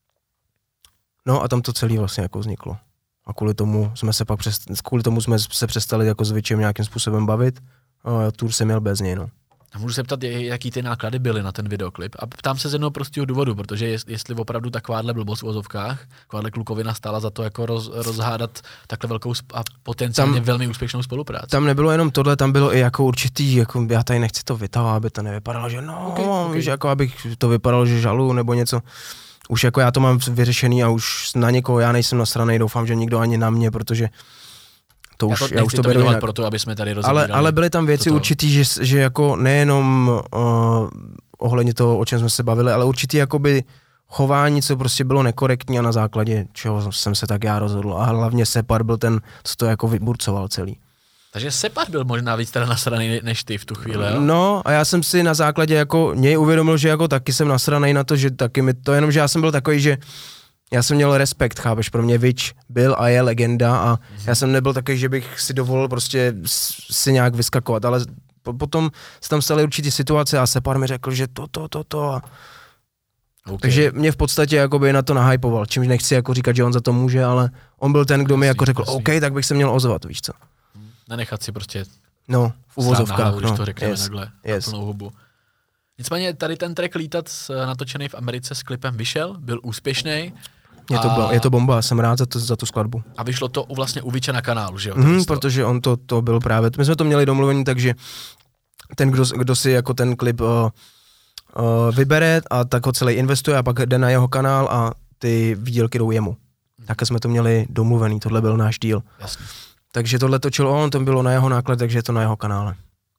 No a tam to celé vlastně jako vzniklo. A kvůli tomu jsme se pak přest, kvůli tomu jsme se přestali jako s Vičem nějakým způsobem bavit. A tour jsem měl bez něj, no. A můžu se ptat, jaký ty náklady byly na ten videoklip. A ptám se z jednoho prostého důvodu, protože jestli opravdu takováhle blbost v ozovkách, takováhle klukovina stála za to jako roz, rozhádat takhle velkou a potenciálně tam, velmi úspěšnou spolupráci. Tam nebylo jenom tohle, tam bylo i jako určitý, jako já tady nechci to vytahovat, aby to nevypadalo, že no, okay, okay. Víš, jako abych to vypadalo, že žaluju nebo něco. Už jako já to mám vyřešený a už na někoho já nejsem nasranej, doufám, že nikdo ani na mě, protože to já už, to, já už to beru jinak. Proto, aby jsme tady ale, ale byly tam věci toto. určitý, že, že jako nejenom uh, ohledně toho, o čem jsme se bavili, ale určitý jakoby chování, co prostě bylo nekorektní a na základě čeho jsem se tak já rozhodl. A hlavně Separ byl ten, co to jako vyburcoval celý. Takže Separ byl možná víc teda nasranej než ty v tu chvíli, jo? No a já jsem si na základě jako něj uvědomil, že jako taky jsem nasranej na to, že taky mi to, jenom že já jsem byl takový, že já jsem měl respekt, chápeš, pro mě Vič byl a je legenda a mm-hmm. já jsem nebyl takový, že bych si dovolil prostě si nějak vyskakovat, ale potom se tam staly určitý situace a Separ mi řekl, že to, to, to, to a okay. Takže mě v podstatě jakoby na to nahypoval, čímž nechci jako říkat, že on za to může, ale on byl ten, kdo mi jako řekl, OK, tak bych se měl ozvat, víš co. Nenechat si prostě no, v uvozovkách, když no, to řekneme yes, takhle yes. na plnou hubu. Nicméně tady ten track Lítat natočený v Americe s klipem vyšel, byl úspěšný. Je to, a... je to bomba, jsem rád za, to, za tu skladbu. A vyšlo to vlastně u Viče na kanálu, že jo? Mm, protože on to, to byl právě, my jsme to měli domluvený, takže ten, kdo, kdo si jako ten klip uh, uh, vybere a tak ho celý investuje a pak jde na jeho kanál a ty výdělky jdou jemu. Tak jsme to měli domluvený, tohle byl náš díl. Jasně. Takže tohle točil on, to bylo na jeho náklad, takže je to na jeho kanále.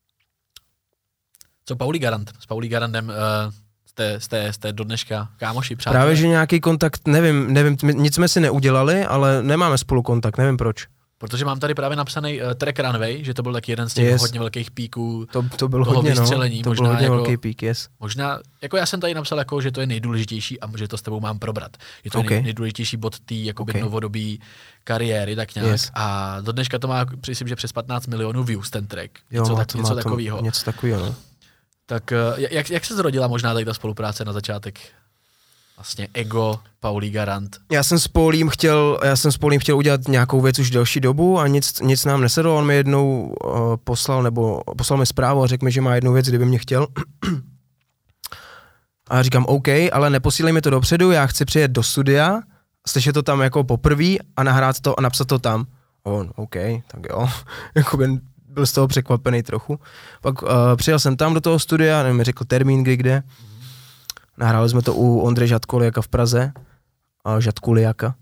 Co Pauli Garant? S Pauli Garantem uh, jste, jste, jste do dneška kámoši, přátelé? Právě, že nějaký kontakt, nevím, nevím, nic jsme si neudělali, ale nemáme spolu kontakt, nevím proč. Protože mám tady právě napsaný uh, track Runway, že to byl taky jeden z těch yes. hodně velkých píků to, to byl toho hodně, vystřelení. No, to možná byl hodně jako, velký pík, yes. Možná, jako já jsem tady napsal, jako, že to je nejdůležitější a že to s tebou mám probrat. Je to okay. nej, nejdůležitější bod té jakoby okay. novodobí kariéry, tak nějak. Yes. A do dneška to má, myslím, že přes patnáct milionů views ten track. Jo, něco má tak, to, něco má takového. To, něco takového, no. Tak jak, jak se zrodila možná tady ta spolupráce na začátek? Vlastně Ego, Pauli Garant. Já jsem s Paulím chtěl, já jsem s Paulím chtěl udělat nějakou věc už delší dobu a nic, nic nám nesedlo. On mi jednou uh, poslal, nebo poslal mi zprávu a řekl mi, že má jednu věc, kdyby mě chtěl. A já říkám, OK, ale neposílej mi to dopředu, já chci přijet do studia, slyšet to tam jako poprvé a nahrát to a napsat to tam. A on, OK, tak jo. Jakoby byl z toho překvapený trochu. Pak uh, přijel jsem tam do toho studia, nevím, mi řekl termín, kdy, kde. Nahráli jsme to u Ondřeje Žadkuliaka v Praze, a Žadkuliaka.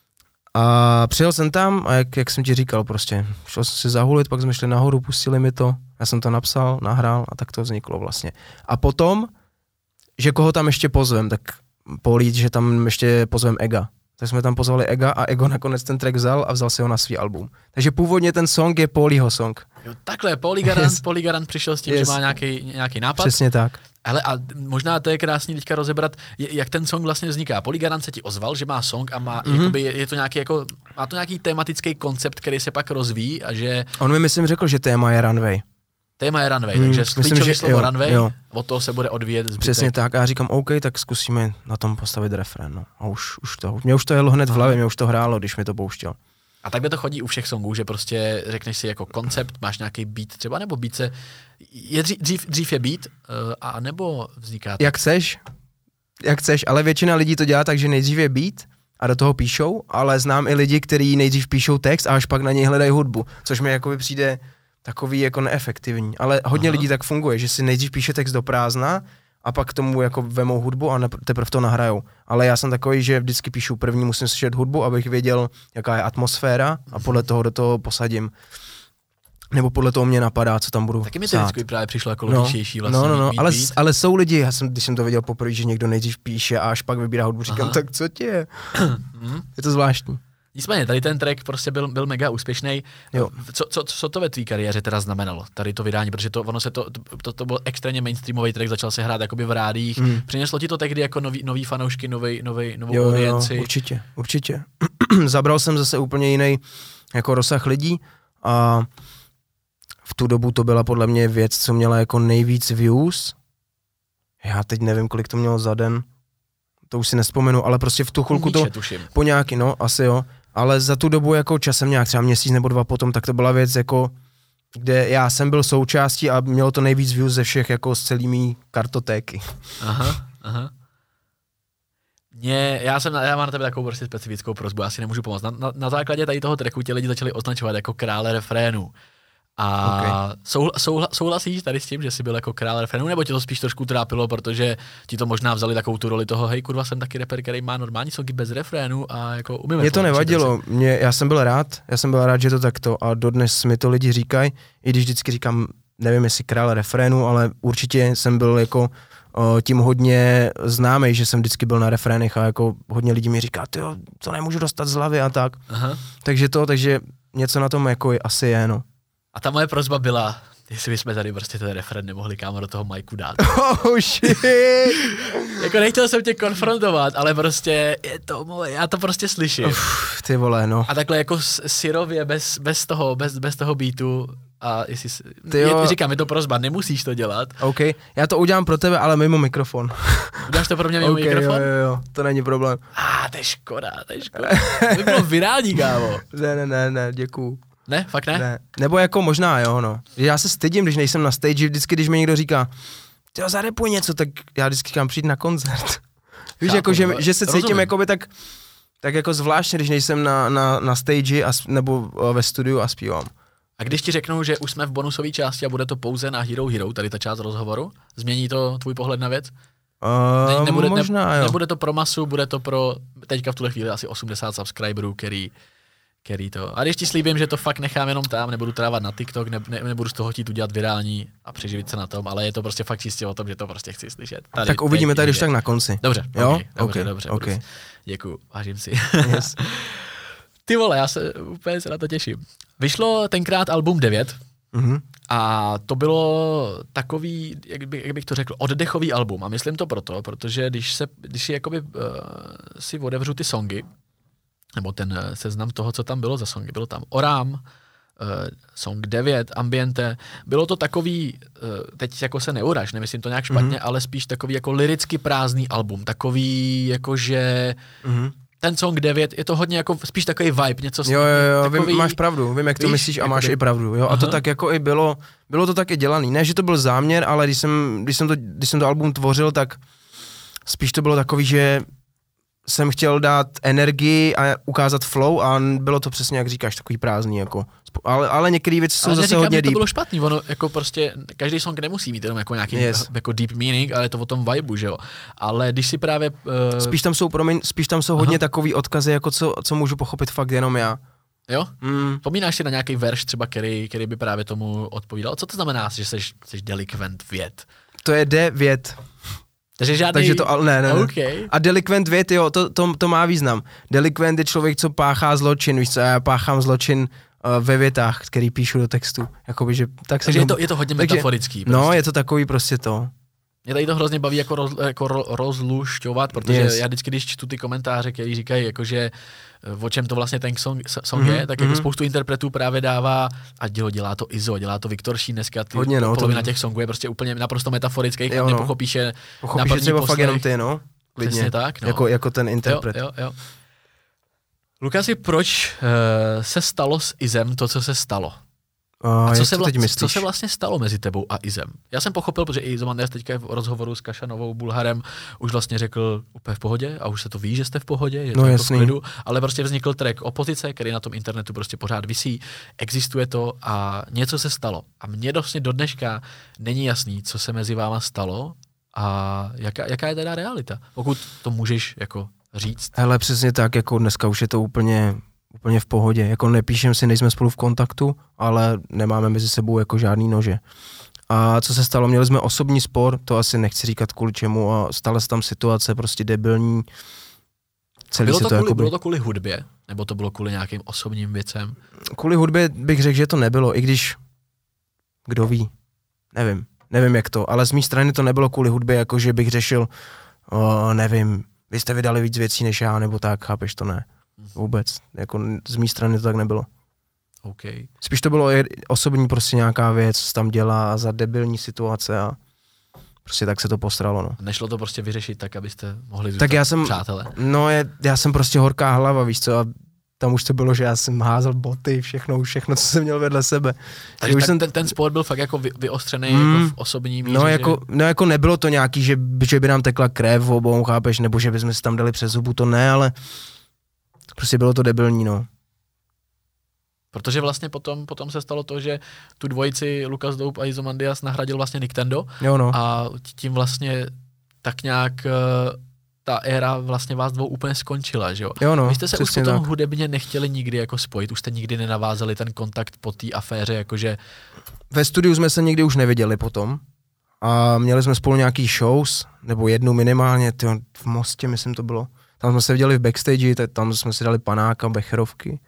A přijel jsem tam a jak, jak jsem ti říkal prostě, šel jsem si zahulit, pak jsme šli nahoru, pustili mi to, já jsem to napsal, nahrál a tak to vzniklo vlastně. A potom, že koho tam ještě pozvem, tak polít, že tam ještě pozvem Ega. Tak jsme tam pozvali Ega a Ego nakonec ten track vzal a vzal si ho na svý album. Takže původně ten song je Paulího song. Jo, takhle, Pauli Garant, yes. Pauli Garant přišel s tím, yes. že má nějaký, nějaký nápad. Přesně tak. Ale a možná to je krásný teďka rozebrat, jak ten song vlastně vzniká. Pauli Garant se ti ozval, že má song a má, mm-hmm. jakoby, je to nějaký, jako, má to nějaký tematický koncept, který se pak rozvíjí a že... On mi myslím řekl, že téma je Runway. Téma je Runway, mm, takže klíčový slovo jo, Runway, jo. Od toho se bude odvíjet zbytek. Přesně tak a já říkám, OK, tak zkusíme na tom postavit refrén. No. A už, už to, mě už to jelo hned v hlavě, mě už to hrálo, když mi to pouštěl. A takhle to chodí u všech songů, že prostě řekneš si jako koncept, máš nějaký beat třeba, nebo beat se, je dřív, dřív, dřív je beat, uh, a nebo vzniká to? Jak chceš, jak chceš, ale většina lidí to dělá tak, že nejdřív je beat a do toho píšou, ale znám i lidi, kteří nejdřív píšou text a až pak na něj hledají hudbu, což mi jakoby přijde takový jako neefektivní, ale hodně Aha. lidí tak funguje, že si nejdřív píše text do prázdna a pak k tomu jako vemou hudbu a teprve to nahrajou. Ale já jsem takový, že vždycky píšu první, musím slyšet hudbu, abych věděl, jaká je atmosféra a podle toho do toho posadím. Nebo podle toho mě napadá, co tam budu Taky mi to vždycky právě přišlo jako no, logičtější vlastně. No, no, no, beat, ale, beat. ale jsou lidi, já jsem, když jsem to viděl poprvé, že někdo nejdřív píše a až pak vybírá hudbu, říkám, Aha. tak co ti je? Je to zvláštní. Nicméně, tady ten track prostě byl, byl mega úspěšný. Co, co, co to ve tvý kariéře teda znamenalo, tady to vydání, protože to, ono se to, to, to byl extrémně mainstreamový track, začal se hrát jakoby v rádiích. Mm. Přineslo ti to tehdy jako nový, nový fanoušky, nový, nový, novou jo, audienci? Jo, určitě, určitě. Zabral jsem zase úplně jiný jako rozsah lidí a v tu dobu to byla podle mě věc, co měla jako nejvíc views. Já teď nevím, kolik to mělo za den, to už si nespomenu, ale prostě v tu chvilku to tuším. Po nějaký, no, asi jo. Ale za tu dobu jako časem nějak třeba měsíc nebo dva potom, tak to byla věc jako, kde já jsem byl součástí a mělo to nejvíc views ze všech jako z celými kartotéky. Aha, aha. Mě, já, jsem, já mám na tebe takovou prostě specifickou prosbu, já si nemůžu pomoct. Na, na, na základě tady toho tracku tě lidi začali označovat jako krále refrénu. A okay. souhla, souhla, souhlasíš tady s tím, že jsi byl jako král refrénu, nebo tě to spíš trošku trápilo, protože ti to možná vzali takovou tu roli toho, hej kurva, jsem taky rapper, který má normální songy bez refrénu a jako umíme. Mně to nevadilo, mě, já jsem byl rád, já jsem byl rád, že to takto a dodnes mi to lidi říkají, i když vždycky říkám, nevím jestli král refrénu, ale určitě jsem byl jako o, tím hodně známý, že jsem vždycky byl na refrénech a jako hodně lidí mi říká, tyjo, to nemůžu dostat z hlavy a tak. Aha. Takže to, takže něco na tom jako je, asi je, no. A ta moje prosba byla, jestli bychom tady prostě ten referent nemohli kámo do toho majku dát. Oh shit. Jako nechtěl jsem tě konfrontovat, ale prostě je to moje, já to prostě slyším. Uf, ty vole, no. A takhle jako syrově, bez, bez toho, bez, bez toho beatu, a jestli, ty jo. je, říkám, je to prosba, nemusíš to dělat. OK, já to udělám pro tebe, ale mimo mikrofon. Uděláš to pro mě mimo okay, mikrofon? Jo, jo, jo, to není problém. A ah, to je škoda, to je škoda. To by bylo virální, kámo. Ne, ne, ne, ne, děkuju. Ne, fakt ne? ne? Nebo jako možná jo, no. Já se stydím, když nejsem na stage, vždycky, když mi někdo říká, tyjo, zarepuj něco, tak já vždycky říkám přijít na koncert. Víš, Chápu, jako, že, že se cítím rozumím. jakoby tak, tak jako zvláštně, když nejsem na, na, na stage a, nebo ve studiu a zpívám. A když ti řeknou, že už jsme v bonusové části a bude to pouze na Hero Hero, tady ta část rozhovoru, změní to tvůj pohled na věc? Uh, ne, nebude, možná, ne, jo. Nebude to pro masu, bude to pro teďka v tuhle chvíli asi osmdesát subscriberů, který, který to... A když ti slíbím, že to fakt nechám jenom tam, nebudu trávat na TikTok, ne, ne, nebudu z toho chtít udělat virální a přeživit se na tom, ale je to prostě fakt čistě o tom, že to prostě chci slyšet. Tady, tak uvidíme tady už tak na konci. Dobře, jo? Okay, dobře, okay, dobře. okay. Děkuju, vážím si. Yes. Ty vole, já se úplně se na to těším. Vyšlo tenkrát album devět Mm-hmm. a to bylo takový, jak, by, jak bych to řekl, oddechový album. A myslím to proto, protože když, se, když si, jakoby, uh, si otevřu ty songy, nebo ten uh, seznam toho, co tam bylo za songy, bylo tam Orám, uh, song devět, Ambiente, bylo to takový, uh, teď jako se neuraž, nemyslím to nějak špatně, mm-hmm. ale spíš takový jako liricky prázdný album, takový jakože... Mm-hmm. Ten song devět je to hodně jako spíš takový vibe, něco Jo, jo, jo, takový, vím, máš pravdu, vím, jak víš, to myslíš a jako máš by... i pravdu, jo, a Aha. to tak jako i bylo, bylo to tak i dělaný, ne, že to byl záměr, ale když jsem, když jsem to, když jsem to album tvořil, tak spíš to bylo takový, že jsem chtěl dát energii a ukázat flow a bylo to přesně, jak říkáš, takový prázdný, jako, ale, ale některé věci jsou ale zase neříkám, hodně že to deep. bylo špatný, ono jako prostě, každý song nemusí mít jenom jako nějaký Yes. jako deep meaning, ale je to o tom vibu, že jo. Ale když si právě... Uh... Spíš tam jsou, promiň, spíš tam jsou Aha. hodně takový odkazy, jako co, co můžu pochopit fakt jenom já. Jo? Mm. Vzpomínáš si na nějaký verš třeba, který, který by právě tomu odpovídal? Co to znamená, že jsi, jsi delikvent vět? To je devět. Takže žádný... Takže to, ale ne, ne, ne. Okay. A delikvent vět, jo, to, to, to má význam. Delikvent je člověk, co páchá zločin, víš co, já páchám zločin uh, ve větách, který píšu do textu. Jakoby, že, tak Takže jsem je to, je to hodně takže, metaforický. No, Prostě. je to takový prostě to. Mě tady to hrozně baví jako, roz, jako ro, rozlušťovat, protože Yes. já vždycky, když čtu ty komentáře, který říkají, jakože o čem to vlastně ten song, song mm-hmm, je, tak mm-hmm. jako spoustu interpretů právě dává, a dělo, dělá to Izo, dělá to Viktor Šín dneska, ty Hodně, no, polovina to... těch songů je prostě úplně naprosto metaforických jo, a no. nepochopíš je Pochopíš, na že první třeba poslech. fakt jenom ty, no. Klidně. Přesně tak, no. Jako, jako ten interpret. Jo, jo, jo. Lukasi, proč uh, se stalo s Izem to, co se stalo? Uh, A co jak se, to teď vla, myslíš? co se vlastně stalo mezi tebou a Izem? Já jsem pochopil, protože i Izomandias teďka v rozhovoru s Kašanovou Bulharem už vlastně řekl úplně v pohodě a už se to ví, že jste v pohodě, že No to jasný. jako v klidu, ale prostě vznikl track Opozice, který na tom internetu prostě pořád visí, existuje to a něco se stalo. A mně vlastně do dneška není jasný, co se mezi váma stalo a jaká, jaká je teda realita, pokud to můžeš jako říct. Hele, přesně tak, jako dneska už je to úplně, úplně v pohodě. Jako nepíšem si, nejsme spolu v kontaktu, ale nemáme mezi sebou jako žádný nože. A co se stalo? Měli jsme osobní spor, to asi nechci říkat kvůli čemu, a stala se tam situace prostě debilní. Celý Bylo se to, to, kvůli, jakoby... bylo to kvůli hudbě? Nebo to bylo kvůli nějakým osobním věcem? Kvůli hudbě bych řekl, že to nebylo, i když, kdo ví, nevím, nevím jak to, ale z mé strany to nebylo kvůli hudbě, jako že bych řešil, o, nevím, vy jste vydali víc věcí než já, nebo tak, chápeš, to ne, vůbec, jako z mé strany to tak nebylo. Okay. Spíš to bylo osobní prostě nějaká věc, co tam dělá za debilní situace a prostě tak se to postralo, no. Nešlo to prostě vyřešit tak, abyste mohli zůstat Tak já jsem, přátelé? no je, já jsem prostě horká hlava, víš co, a tam už to bylo, že já jsem házel boty, všechno, všechno, co jsem měl vedle sebe. Takže už ten, jsem... ten, ten sport byl fakt jako vy, vyostřený mm, jako v osobní míře, no, jako, že... no jako nebylo to nějaký, že, že by nám tekla krev v obou, chápeš, nebo že bychom si tam dali přes zubu, to ne, ale prostě bylo to debilní, no. Protože vlastně potom, potom se stalo to, že tu dvojici Lukas Doub a Izomandias nahradil vlastně Nintendo Jo, no. a tím vlastně tak nějak uh, ta éra vlastně vás dvou úplně skončila, že jo? Jo, no, vy jste se už potom tak. hudebně nechtěli nikdy jako spojit, už jste nikdy nenavázali ten kontakt po té aféře, jakože... Ve studiu jsme se nikdy už neviděli potom a měli jsme spolu nějaký shows, nebo jednu minimálně, tyjo, v Mostě, myslím to bylo. Tam jsme se viděli v backstage, tam jsme si dali panáka, becherovky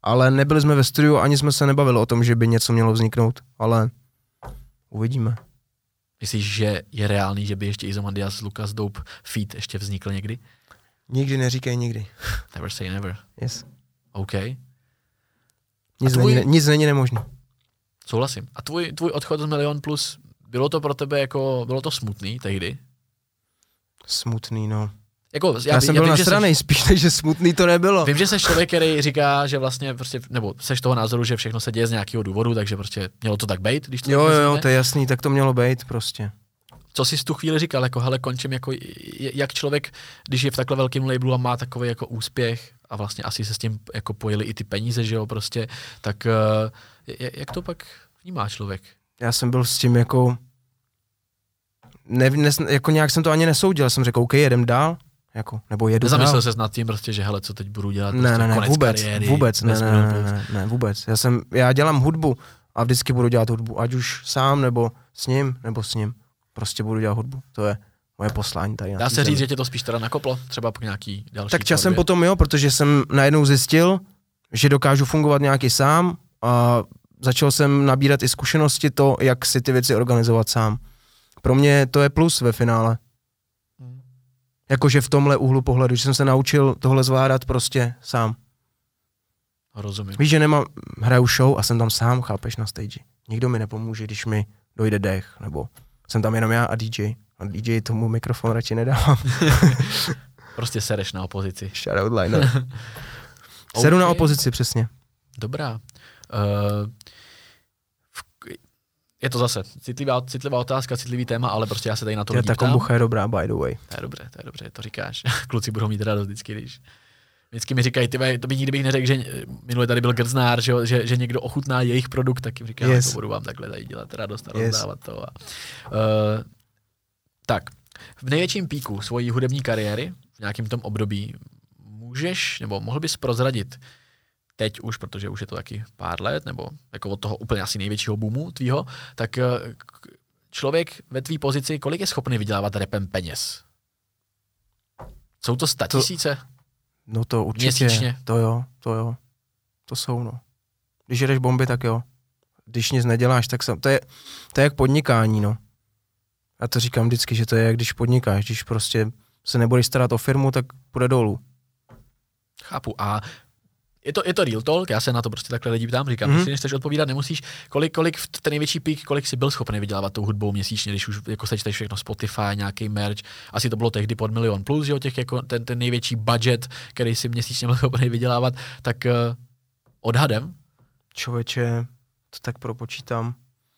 Ale nebyli jsme ve studiu, ani jsme se nebavili o tom, že by něco mělo vzniknout, ale uvidíme. Myslíš, že je reálný, že by ještě Izomandias Lucas Dope feat ještě vznikl někdy? Nikdy neříkej nikdy. Never say never. Yes. OK. Nic, tvůj... není, nic není nemožné. Souhlasím. A tvůj, tvůj odchod z Milion Plus, bylo to pro tebe jako, bylo to smutný tehdy? Smutný, no. Jako, já, já jsem já byl vím, nasranej, spíš než že smutný to nebylo. Vím, že jsi člověk, který říká, že vlastně prostě, nebo seš toho názoru, že všechno se děje z nějakého důvodu, takže prostě mělo to tak být, když to Jo, tak jo, jo, to je jasný, tak to mělo být prostě. Co jsi z tu chvíli říkal, jako hele, končím, jako jak člověk, když je v takhle velkém labelu a má takový jako úspěch a vlastně asi se s tím jako pojili i ty peníze, že jo, prostě, tak jak to pak vnímá člověk? Já jsem byl s tím jako, ne, ne, jako nějak jsem to ani nesoudil, jsem řekl, OK, jedem dál, jako, nebo jedu Nezamyslel dál. ses nad tím prostě, že hele, co teď budu dělat, ne, prostě ne, ne, konec vůbec, kariéry, vůbec, ne, ne, ne, ne, ne, vůbec. Já jsem, já dělám hudbu a vždycky budu dělat hudbu, ať už sám, nebo s ním, nebo s ním. Prostě budu dělat hudbu, to je moje poslání tady. Dá se říct, že tě to spíš teda nakoplo, třeba po nějaký další Tak časem tvorbě. potom jo, protože jsem najednou zjistil, že dokážu fungovat nějaký sám a začal jsem nabírat i zkušenosti to, jak si ty věci organizovat sám. Pro mě to je plus ve finále. Hmm. Jakože v tomhle úhlu pohledu, že jsem se naučil tohle zvládat prostě sám. Rozumím. Víš, že nemám, hraju show a jsem tam sám, chápeš, na stage. Nikdo mi nepomůže, když mi dojde dech, nebo jsem tam jenom já a D J. A D J tomu mikrofon radši nedávám. Prostě sereš na opozici. Shoutout liner. Okay. Sedu na opozici, přesně. Dobrá. Uh, je to zase citlivá, citlivá otázka, citlivý téma, ale prostě já se tady na to lidi ptám. Ta kombucha je dobrá, by the way. To je dobré, to je dobré, to říkáš. Kluci budou mít radost vždycky, když... Vždycky mi říkají, ty, to by nikdy bych neřekl, že minule tady byl Grznár, že, že, že někdo ochutná jejich produkt, tak jim říkám, yes. To budu vám takhle tady dělat radost a yes. rozdávat to. A, uh, tak, v největším píku svojí hudební kariéry, v nějakém tom období, můžeš, nebo mohl bys prozradit teď už, protože už je to taky pár let, nebo jako od toho úplně asi největšího boomu tvýho, tak uh, člověk ve tvý pozici, kolik je schopný vydělávat rapem peněz? Jsou to statisíce? To... No to určitě, měsíčně. To jo, to jo, to jsou no. Když jedeš bomby, tak jo. Když nic neděláš, tak sam, to je, to je jak podnikání, no. Já to říkám vždycky, že to je jak když podnikáš, když prostě se nebudeš starat o firmu, tak půjde dolů. Chápu a je to, je to real talk, já se na to prostě takhle lidi ptám, říkám, mm-hmm. si nechceš odpovídat, nemusíš, kolik, kolik v ten největší pík, kolik si byl schopný vydělávat tou hudbou měsíčně, když už jako sečteš všechno Spotify, nějaký merch, asi to bylo tehdy pod milion plus, že jo, těch jako ten, ten největší budget, který si měsíčně byl schopný vydělávat, tak uh, odhadem? Člověče, to tak propočítám.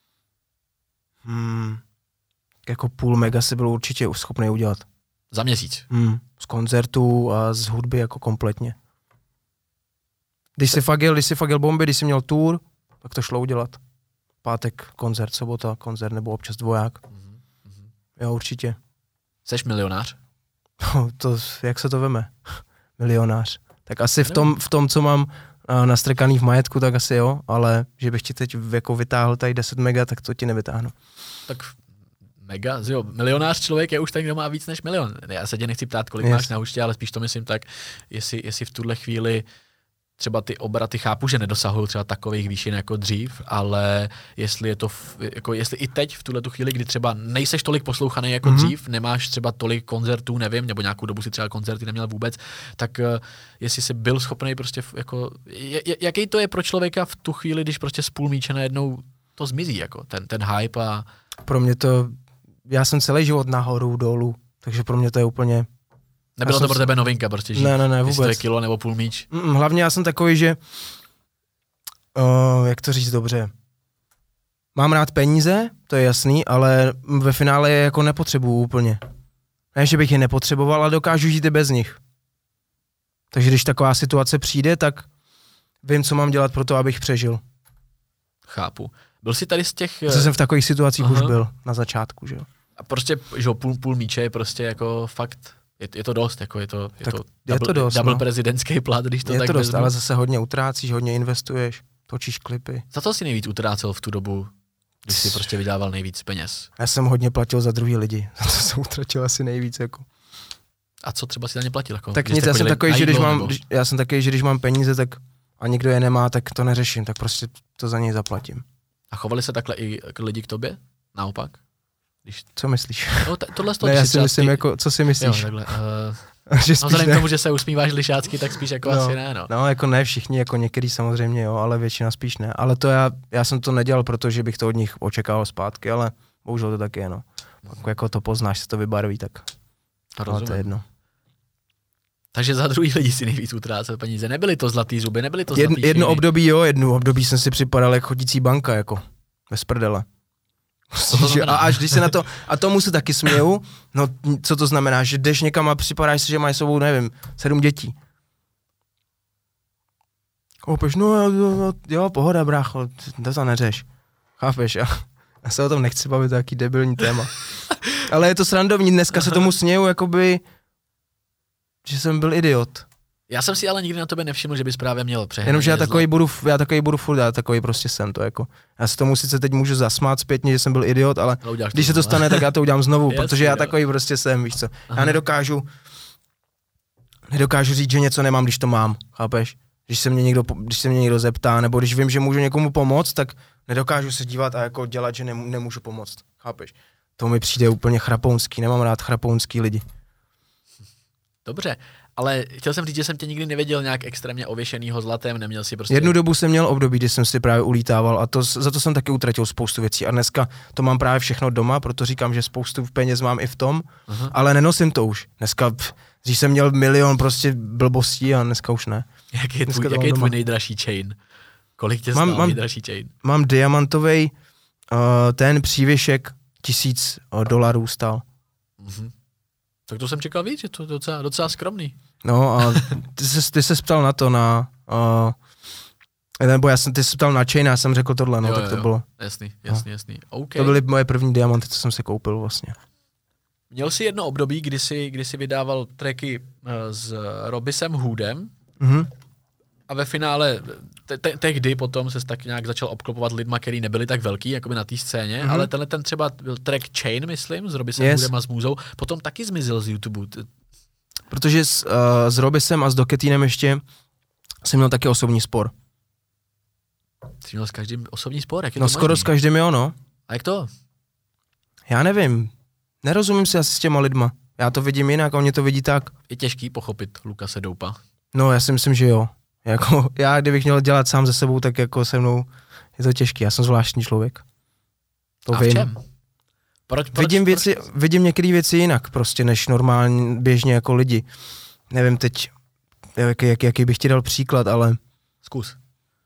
Hmm, jako půl mega si byl určitě už schopný udělat. Za měsíc? Hmm, z koncertů a z hudby jako kompletně. Když jsi fakt jel, když jsi fakt jel bomby, když jsi měl tour, tak to šlo udělat. Pátek koncert, sobota koncert, nebo občas dvoják. Mm-hmm. Jo, určitě. Seš milionář? No, to, jak se to veme? Milionář. Tak asi v tom, v tom, co mám uh, nastrkaný v majetku, tak asi jo, ale že bych ti teď jako vytáhl tady deset mega, tak to ti nevytáhnu. Tak mega, jo, milionář člověk je už ten, kdo má víc než milion. Já se tě nechci ptát, kolik yes. máš na účtě, ale spíš to myslím tak, jestli, jestli v tuhle chvíli třeba ty obraty, chápu, že nedosahují třeba takových výšin jako dřív, ale jestli je to, v, jako jestli i teď v tuhle tu chvíli, kdy třeba nejseš tolik poslouchaný jako mm-hmm. dřív, nemáš třeba tolik koncertů, nevím, nebo nějakou dobu si třeba koncerty neměl vůbec, tak uh, jestli jsi byl schopný prostě jako, j- jaký to je pro člověka v tu chvíli, když prostě z půl míče najednou to zmizí, jako ten, ten hype a... Pro mě to, já jsem celý život nahoru, dolů, takže pro mě to je úplně... Nebylo to pro tebe novinka, prostě žít ne, ne, ne, vůbec. kilo nebo půl míč? Mm, hlavně já jsem takový, že, uh, jak to říct dobře, mám rád peníze, to je jasný, ale ve finále je jako nepotřebuju úplně. Ne, že bych je nepotřeboval, ale dokážu žít i bez nich. Takže když taková situace přijde, tak vím, co mám dělat pro to, abych přežil. Chápu. Byl jsi tady z těch... Protože jsem v takových situacích Aha. už byl na začátku, že jo. A prostě, že půl, půl míče je prostě jako fakt... Je, je to dost, jako je to, je tak to je double, to dost, double no. prezidentský plat, když to je tak to dost, vezmu. ale zase hodně utrácíš, hodně investuješ, točíš klipy. Za to si nejvíc utrácel v tu dobu, když jsi prostě vydával nejvíc peněz? Já jsem hodně platil za druhý lidi, za to jsem utratil asi nejvíc, jako. A co třeba si za ně platil? Jako, tak nic, já jsem takový, že když mám, když, já jsem takový, že když mám peníze, tak a nikdo je nemá, tak to neřeším, tak prostě to za něj zaplatím. A chovali se takhle i k lidi k tobě? Naopak? Když... Co myslíš? No, t- tohle z toho, ne, já si myslím, ty... jako, co si myslíš? Jo, takhle. Uh... že no, vzhledem k tomu, že se usmíváš lišácky, tak spíš jako no, asi ne, no. No, jako ne všichni, jako některý samozřejmě, jo, ale většina spíš ne. Ale to já, já jsem to nedělal, protože bych to od nich očekával zpátky, ale bohužel to tak je, no. Jako, jako to poznáš, se to vybarví, tak to, ale to je jedno. Takže za druhý lidi si nejvíc utrácel peníze. Nebyly to zlatý zuby, nebyly to Jedn, zlatý Jedno šíny. období, jo, jedno období jsem si připadal jako chodící banka, jako bez prdele. A až když se na to, a tomu se taky směju, no co to znamená, že jdeš někam a připadáš si, že máš sebou, nevím, sedm dětí. Koupeš, no jo, jo, pohoda, brácho, to to neřeš. Chápeš, já, já se o tom nechci bavit, to je jaký debilní téma. Ale je to srandovní, dneska se tomu směju, jakoby, že jsem byl idiot. Já jsem si ale nikdy na tebe nevšiml, že bys právě měl přehnaně. Jenomže já takový budu, já takový budu furt, já takový prostě jsem to jako. Já se tomu sice teď můžu zasmát zpětně, že jsem byl idiot, ale, ale když to se to stane, tak já to udělám znovu, Jasný, protože já jo. takový prostě jsem, víš co. Aha. Já nedokážu, nedokážu říct, že něco nemám, když to mám, chápeš? Když se mě někdo, když se mě někdo zeptá, nebo když vím, že můžu někomu pomoct, tak nedokážu se dívat a jako dělat, že nemů- nemůžu pomoct, chápeš? To mi přijde úplně chrapounský, nemám rád chrapounský lidi. Dobře, ale chtěl jsem říct, že jsem tě nikdy nevěděl nějak extrémně ověšenýho zlatem, neměl si prostě... Jednu dobu jsem měl období, kdy jsem si právě ulítával a to, za to jsem taky utratil spoustu věcí a dneska to mám právě všechno doma, proto říkám, že spoustu peněz mám i v tom, Aha. ale nenosím to už. Dneska, pff, když jsem měl milion prostě blbostí a dneska už ne. Jak je Dneska tvůj, to jaký mám je tvůj doma. nejdražší chain? Kolik tě Mám- stál mám- nejdražší chain? Mám diamantovej, uh, ten přívěšek tisíc uh, dolarů stál. Mhm. Tak to jsem čekal víc, je to docela, docela skromný. No a ty se, ty se ptal na to, na... Uh, nebo já jsem, ty se ptal na chain, já jsem řekl tohle, no, Jo, tak jo, to jo. bylo. Jasný, jasný, jasný. OK. To byly moje první diamanty, co jsem si koupil vlastně. Měl jsi jedno období, kdy jsi, kdy jsi vydával tracky uh, s Robisem Hoodem Mhm. a ve finále te- te- tehdy potom ses tak nějak začal obklopovat lidma, který nebyli tak velký, jakoby na té scéně, Mhm. ale tenhle ten třeba byl track Chain, myslím, s Robisem Yes. Hoodem a s Můzou, potom taky zmizel z YouTube. T- Protože s, uh, s Robisem a s Doketínem ještě jsem měl taky osobní spor. Jsi měl s každým osobní spor, jak je No to skoro možný? s každým jo, no. A jak to? Já nevím. Nerozumím si asi s těma lidma. Já to vidím jinak a oni to vidí tak. Je těžký pochopit Lukase Doupa. No já si myslím, že jo. Jako, já kdybych měl dělat sám ze sebou, tak jako se mnou je to těžký. Já jsem zvláštní člověk. To A vím. v čem? Proč, proč, Vidím, proč, věci, vidím některé věci jinak prostě, než normálně běžně jako lidi. Nevím teď, jaký, jaký, jaký bych ti dal příklad, ale... Zkus.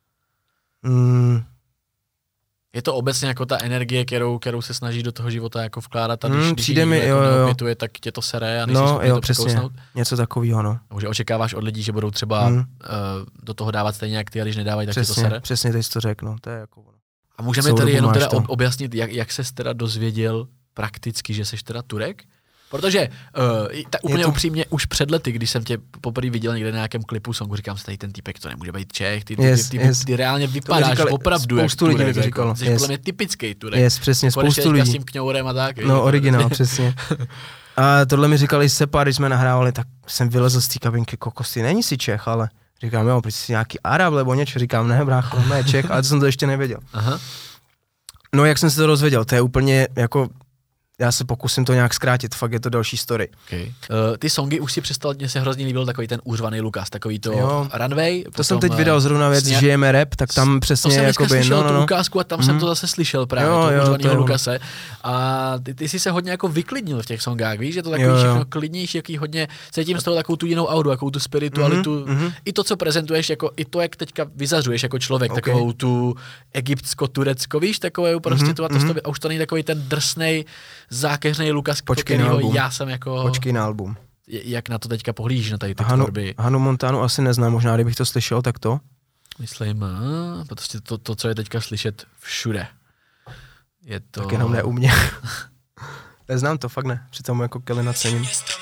Mm, Je to obecně jako ta energie, kterou, kterou se snaží do toho života jako vkládat a když, Hmm, když přijde ji mi, někdo jo, jako jo. neopětuje, tak tě to sere a nejsi no schopný jo, to přesně. překousnout. Něco takového, no. Nebo že očekáváš od lidí, že budou třeba Hmm. uh, do toho dávat stejně jak ty a když nedávají, tak tě to Přesně, sere. přesně teď jsi to řekl, no. To je jako... A můžeme Celou tady dobu jenom máš teda to. ob- objasnit, jak, jak ses teda dozvěděl prakticky, že seš teda Turek? Protože uh, ta, úplně to- upřímně už před lety, když jsem tě poprvé viděl někde na nějakém klipu songu, říkám si, tady ten týpek, to nemůže být Čech, ty, ty, Yes, ty, ty, yes. ty, ty reálně vypadáš říkali- opravdu jak spoustu lidí Turek, mi to jako, říkalo, jsi yes. podle mě typický Turek. Yes, přesně, Podeš spoustu teďka lidí. s tím kňourem a tak. No, originál, přesně. A tohle mi říkali i Sepa, když jsme nahrávali, tak jsem vylezl z té kabinky, kokos, ty není si Čech, ale říkám, jo, prostě jsi nějaký Arab nebo něco, říkám, ne, brácho, ne, Čech, ale to jsem to ještě nevěděl. Aha. No, jak jsem se to dozvěděl, to je úplně jako, já se pokusím to nějak zkrátit, fakt je to další story. Okay. Uh, ty songy už si přestal, mně se hrozně líbil takový ten úřvaný Lukas, takový to Jo. Runway. To jsem teď vydal zrovna věc, sně- žijeme rap, tak tam To přesně jsem dneska jakoby, slyšel no, no, tu no. ukázku a tam mm. jsem to zase slyšel právě, Jo, toho jo, úřvanýho to je Lukase. A ty, ty jsi se hodně jako vyklidnil v těch songách, víš, že to takový Jo, jo. všechno klidnější, jaký hodně, cítím z toho takovou tu jinou audu, takovou tu spiritualitu, Mhm, mhm. i to, co prezentuješ, jako i to, jak teďka vyzařuješ jako člověk, Okay. takovou tu egyptsko-turecko, víš, takovou prostě Mhm, tu a to, mhm. to, a už to není takový ten drsnej, zákeřnej Lukas, Počkej na kterýho album. já jsem jako, Počkej na album. jak na to teďka pohlížíš, na tady ty Hanu, tvorby. Hanu Montanu asi neznám, možná kdybych to slyšel, tak to. Myslím, a, prostě to, to, co je teďka slyšet všude. Je to... Tak jenom ne u mě. Neznám to, fakt ne. Přitom jako Kelina cením.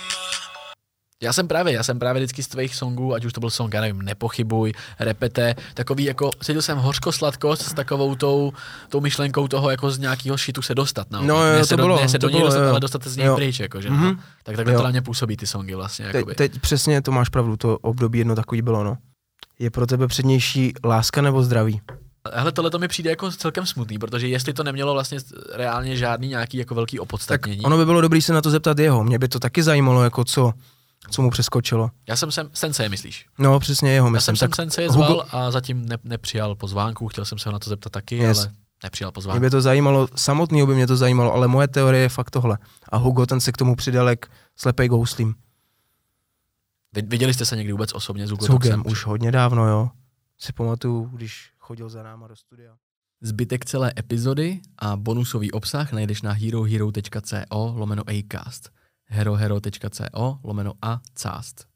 Já jsem právě, já jsem právě vždycky z tvých songů, ať už to byl song, já nevím, Nepochybuj, Repete, takový jako, cítil jsem hořko-sladkost s takovou tou, tou myšlenkou toho, jako z nějakého šitu se dostat. No, No, jo, ne se to do, bylo, ne se to do něj bylo, dostat, jo. ale dostat se z něj Jo. pryč, jako, že Mhm. no. Tak takhle Jo. to na mě působí ty songy vlastně, jakoby. Teď, teď přesně to máš pravdu, to období jedno takový bylo, no. Je pro tebe přednější láska nebo zdraví? Hele, tohle to mi přijde jako celkem smutný, protože jestli to nemělo vlastně reálně žádný nějaký jako velký opodstatnění. Tak ono by bylo dobré se na to zeptat jeho. Mě by to taky zajímalo, jako co, co mu přeskočilo. Já jsem sem, Sensei, myslíš? No, přesně jeho, myslím. Já jsem tak sem Sensei Hugo... zval a zatím ne, nepřijal pozvánku, chtěl jsem se ho na to zeptat taky, yes. ale nepřijal pozvánku. Mě by to zajímalo, samotného by mě to zajímalo, ale moje teorie je fakt tohle. A Hugo ten se k tomu přidal jak slepej k houslím. Viděli jste se někdy vůbec osobně s Hugo? S Hugem, už hodně dávno, jo. Si pamatuju, když chodil za náma do studia. Zbytek celé epizody a bonusový obsah najdeš na herohero tečka co lomeno acast, herohero tečka co lomeno a cast.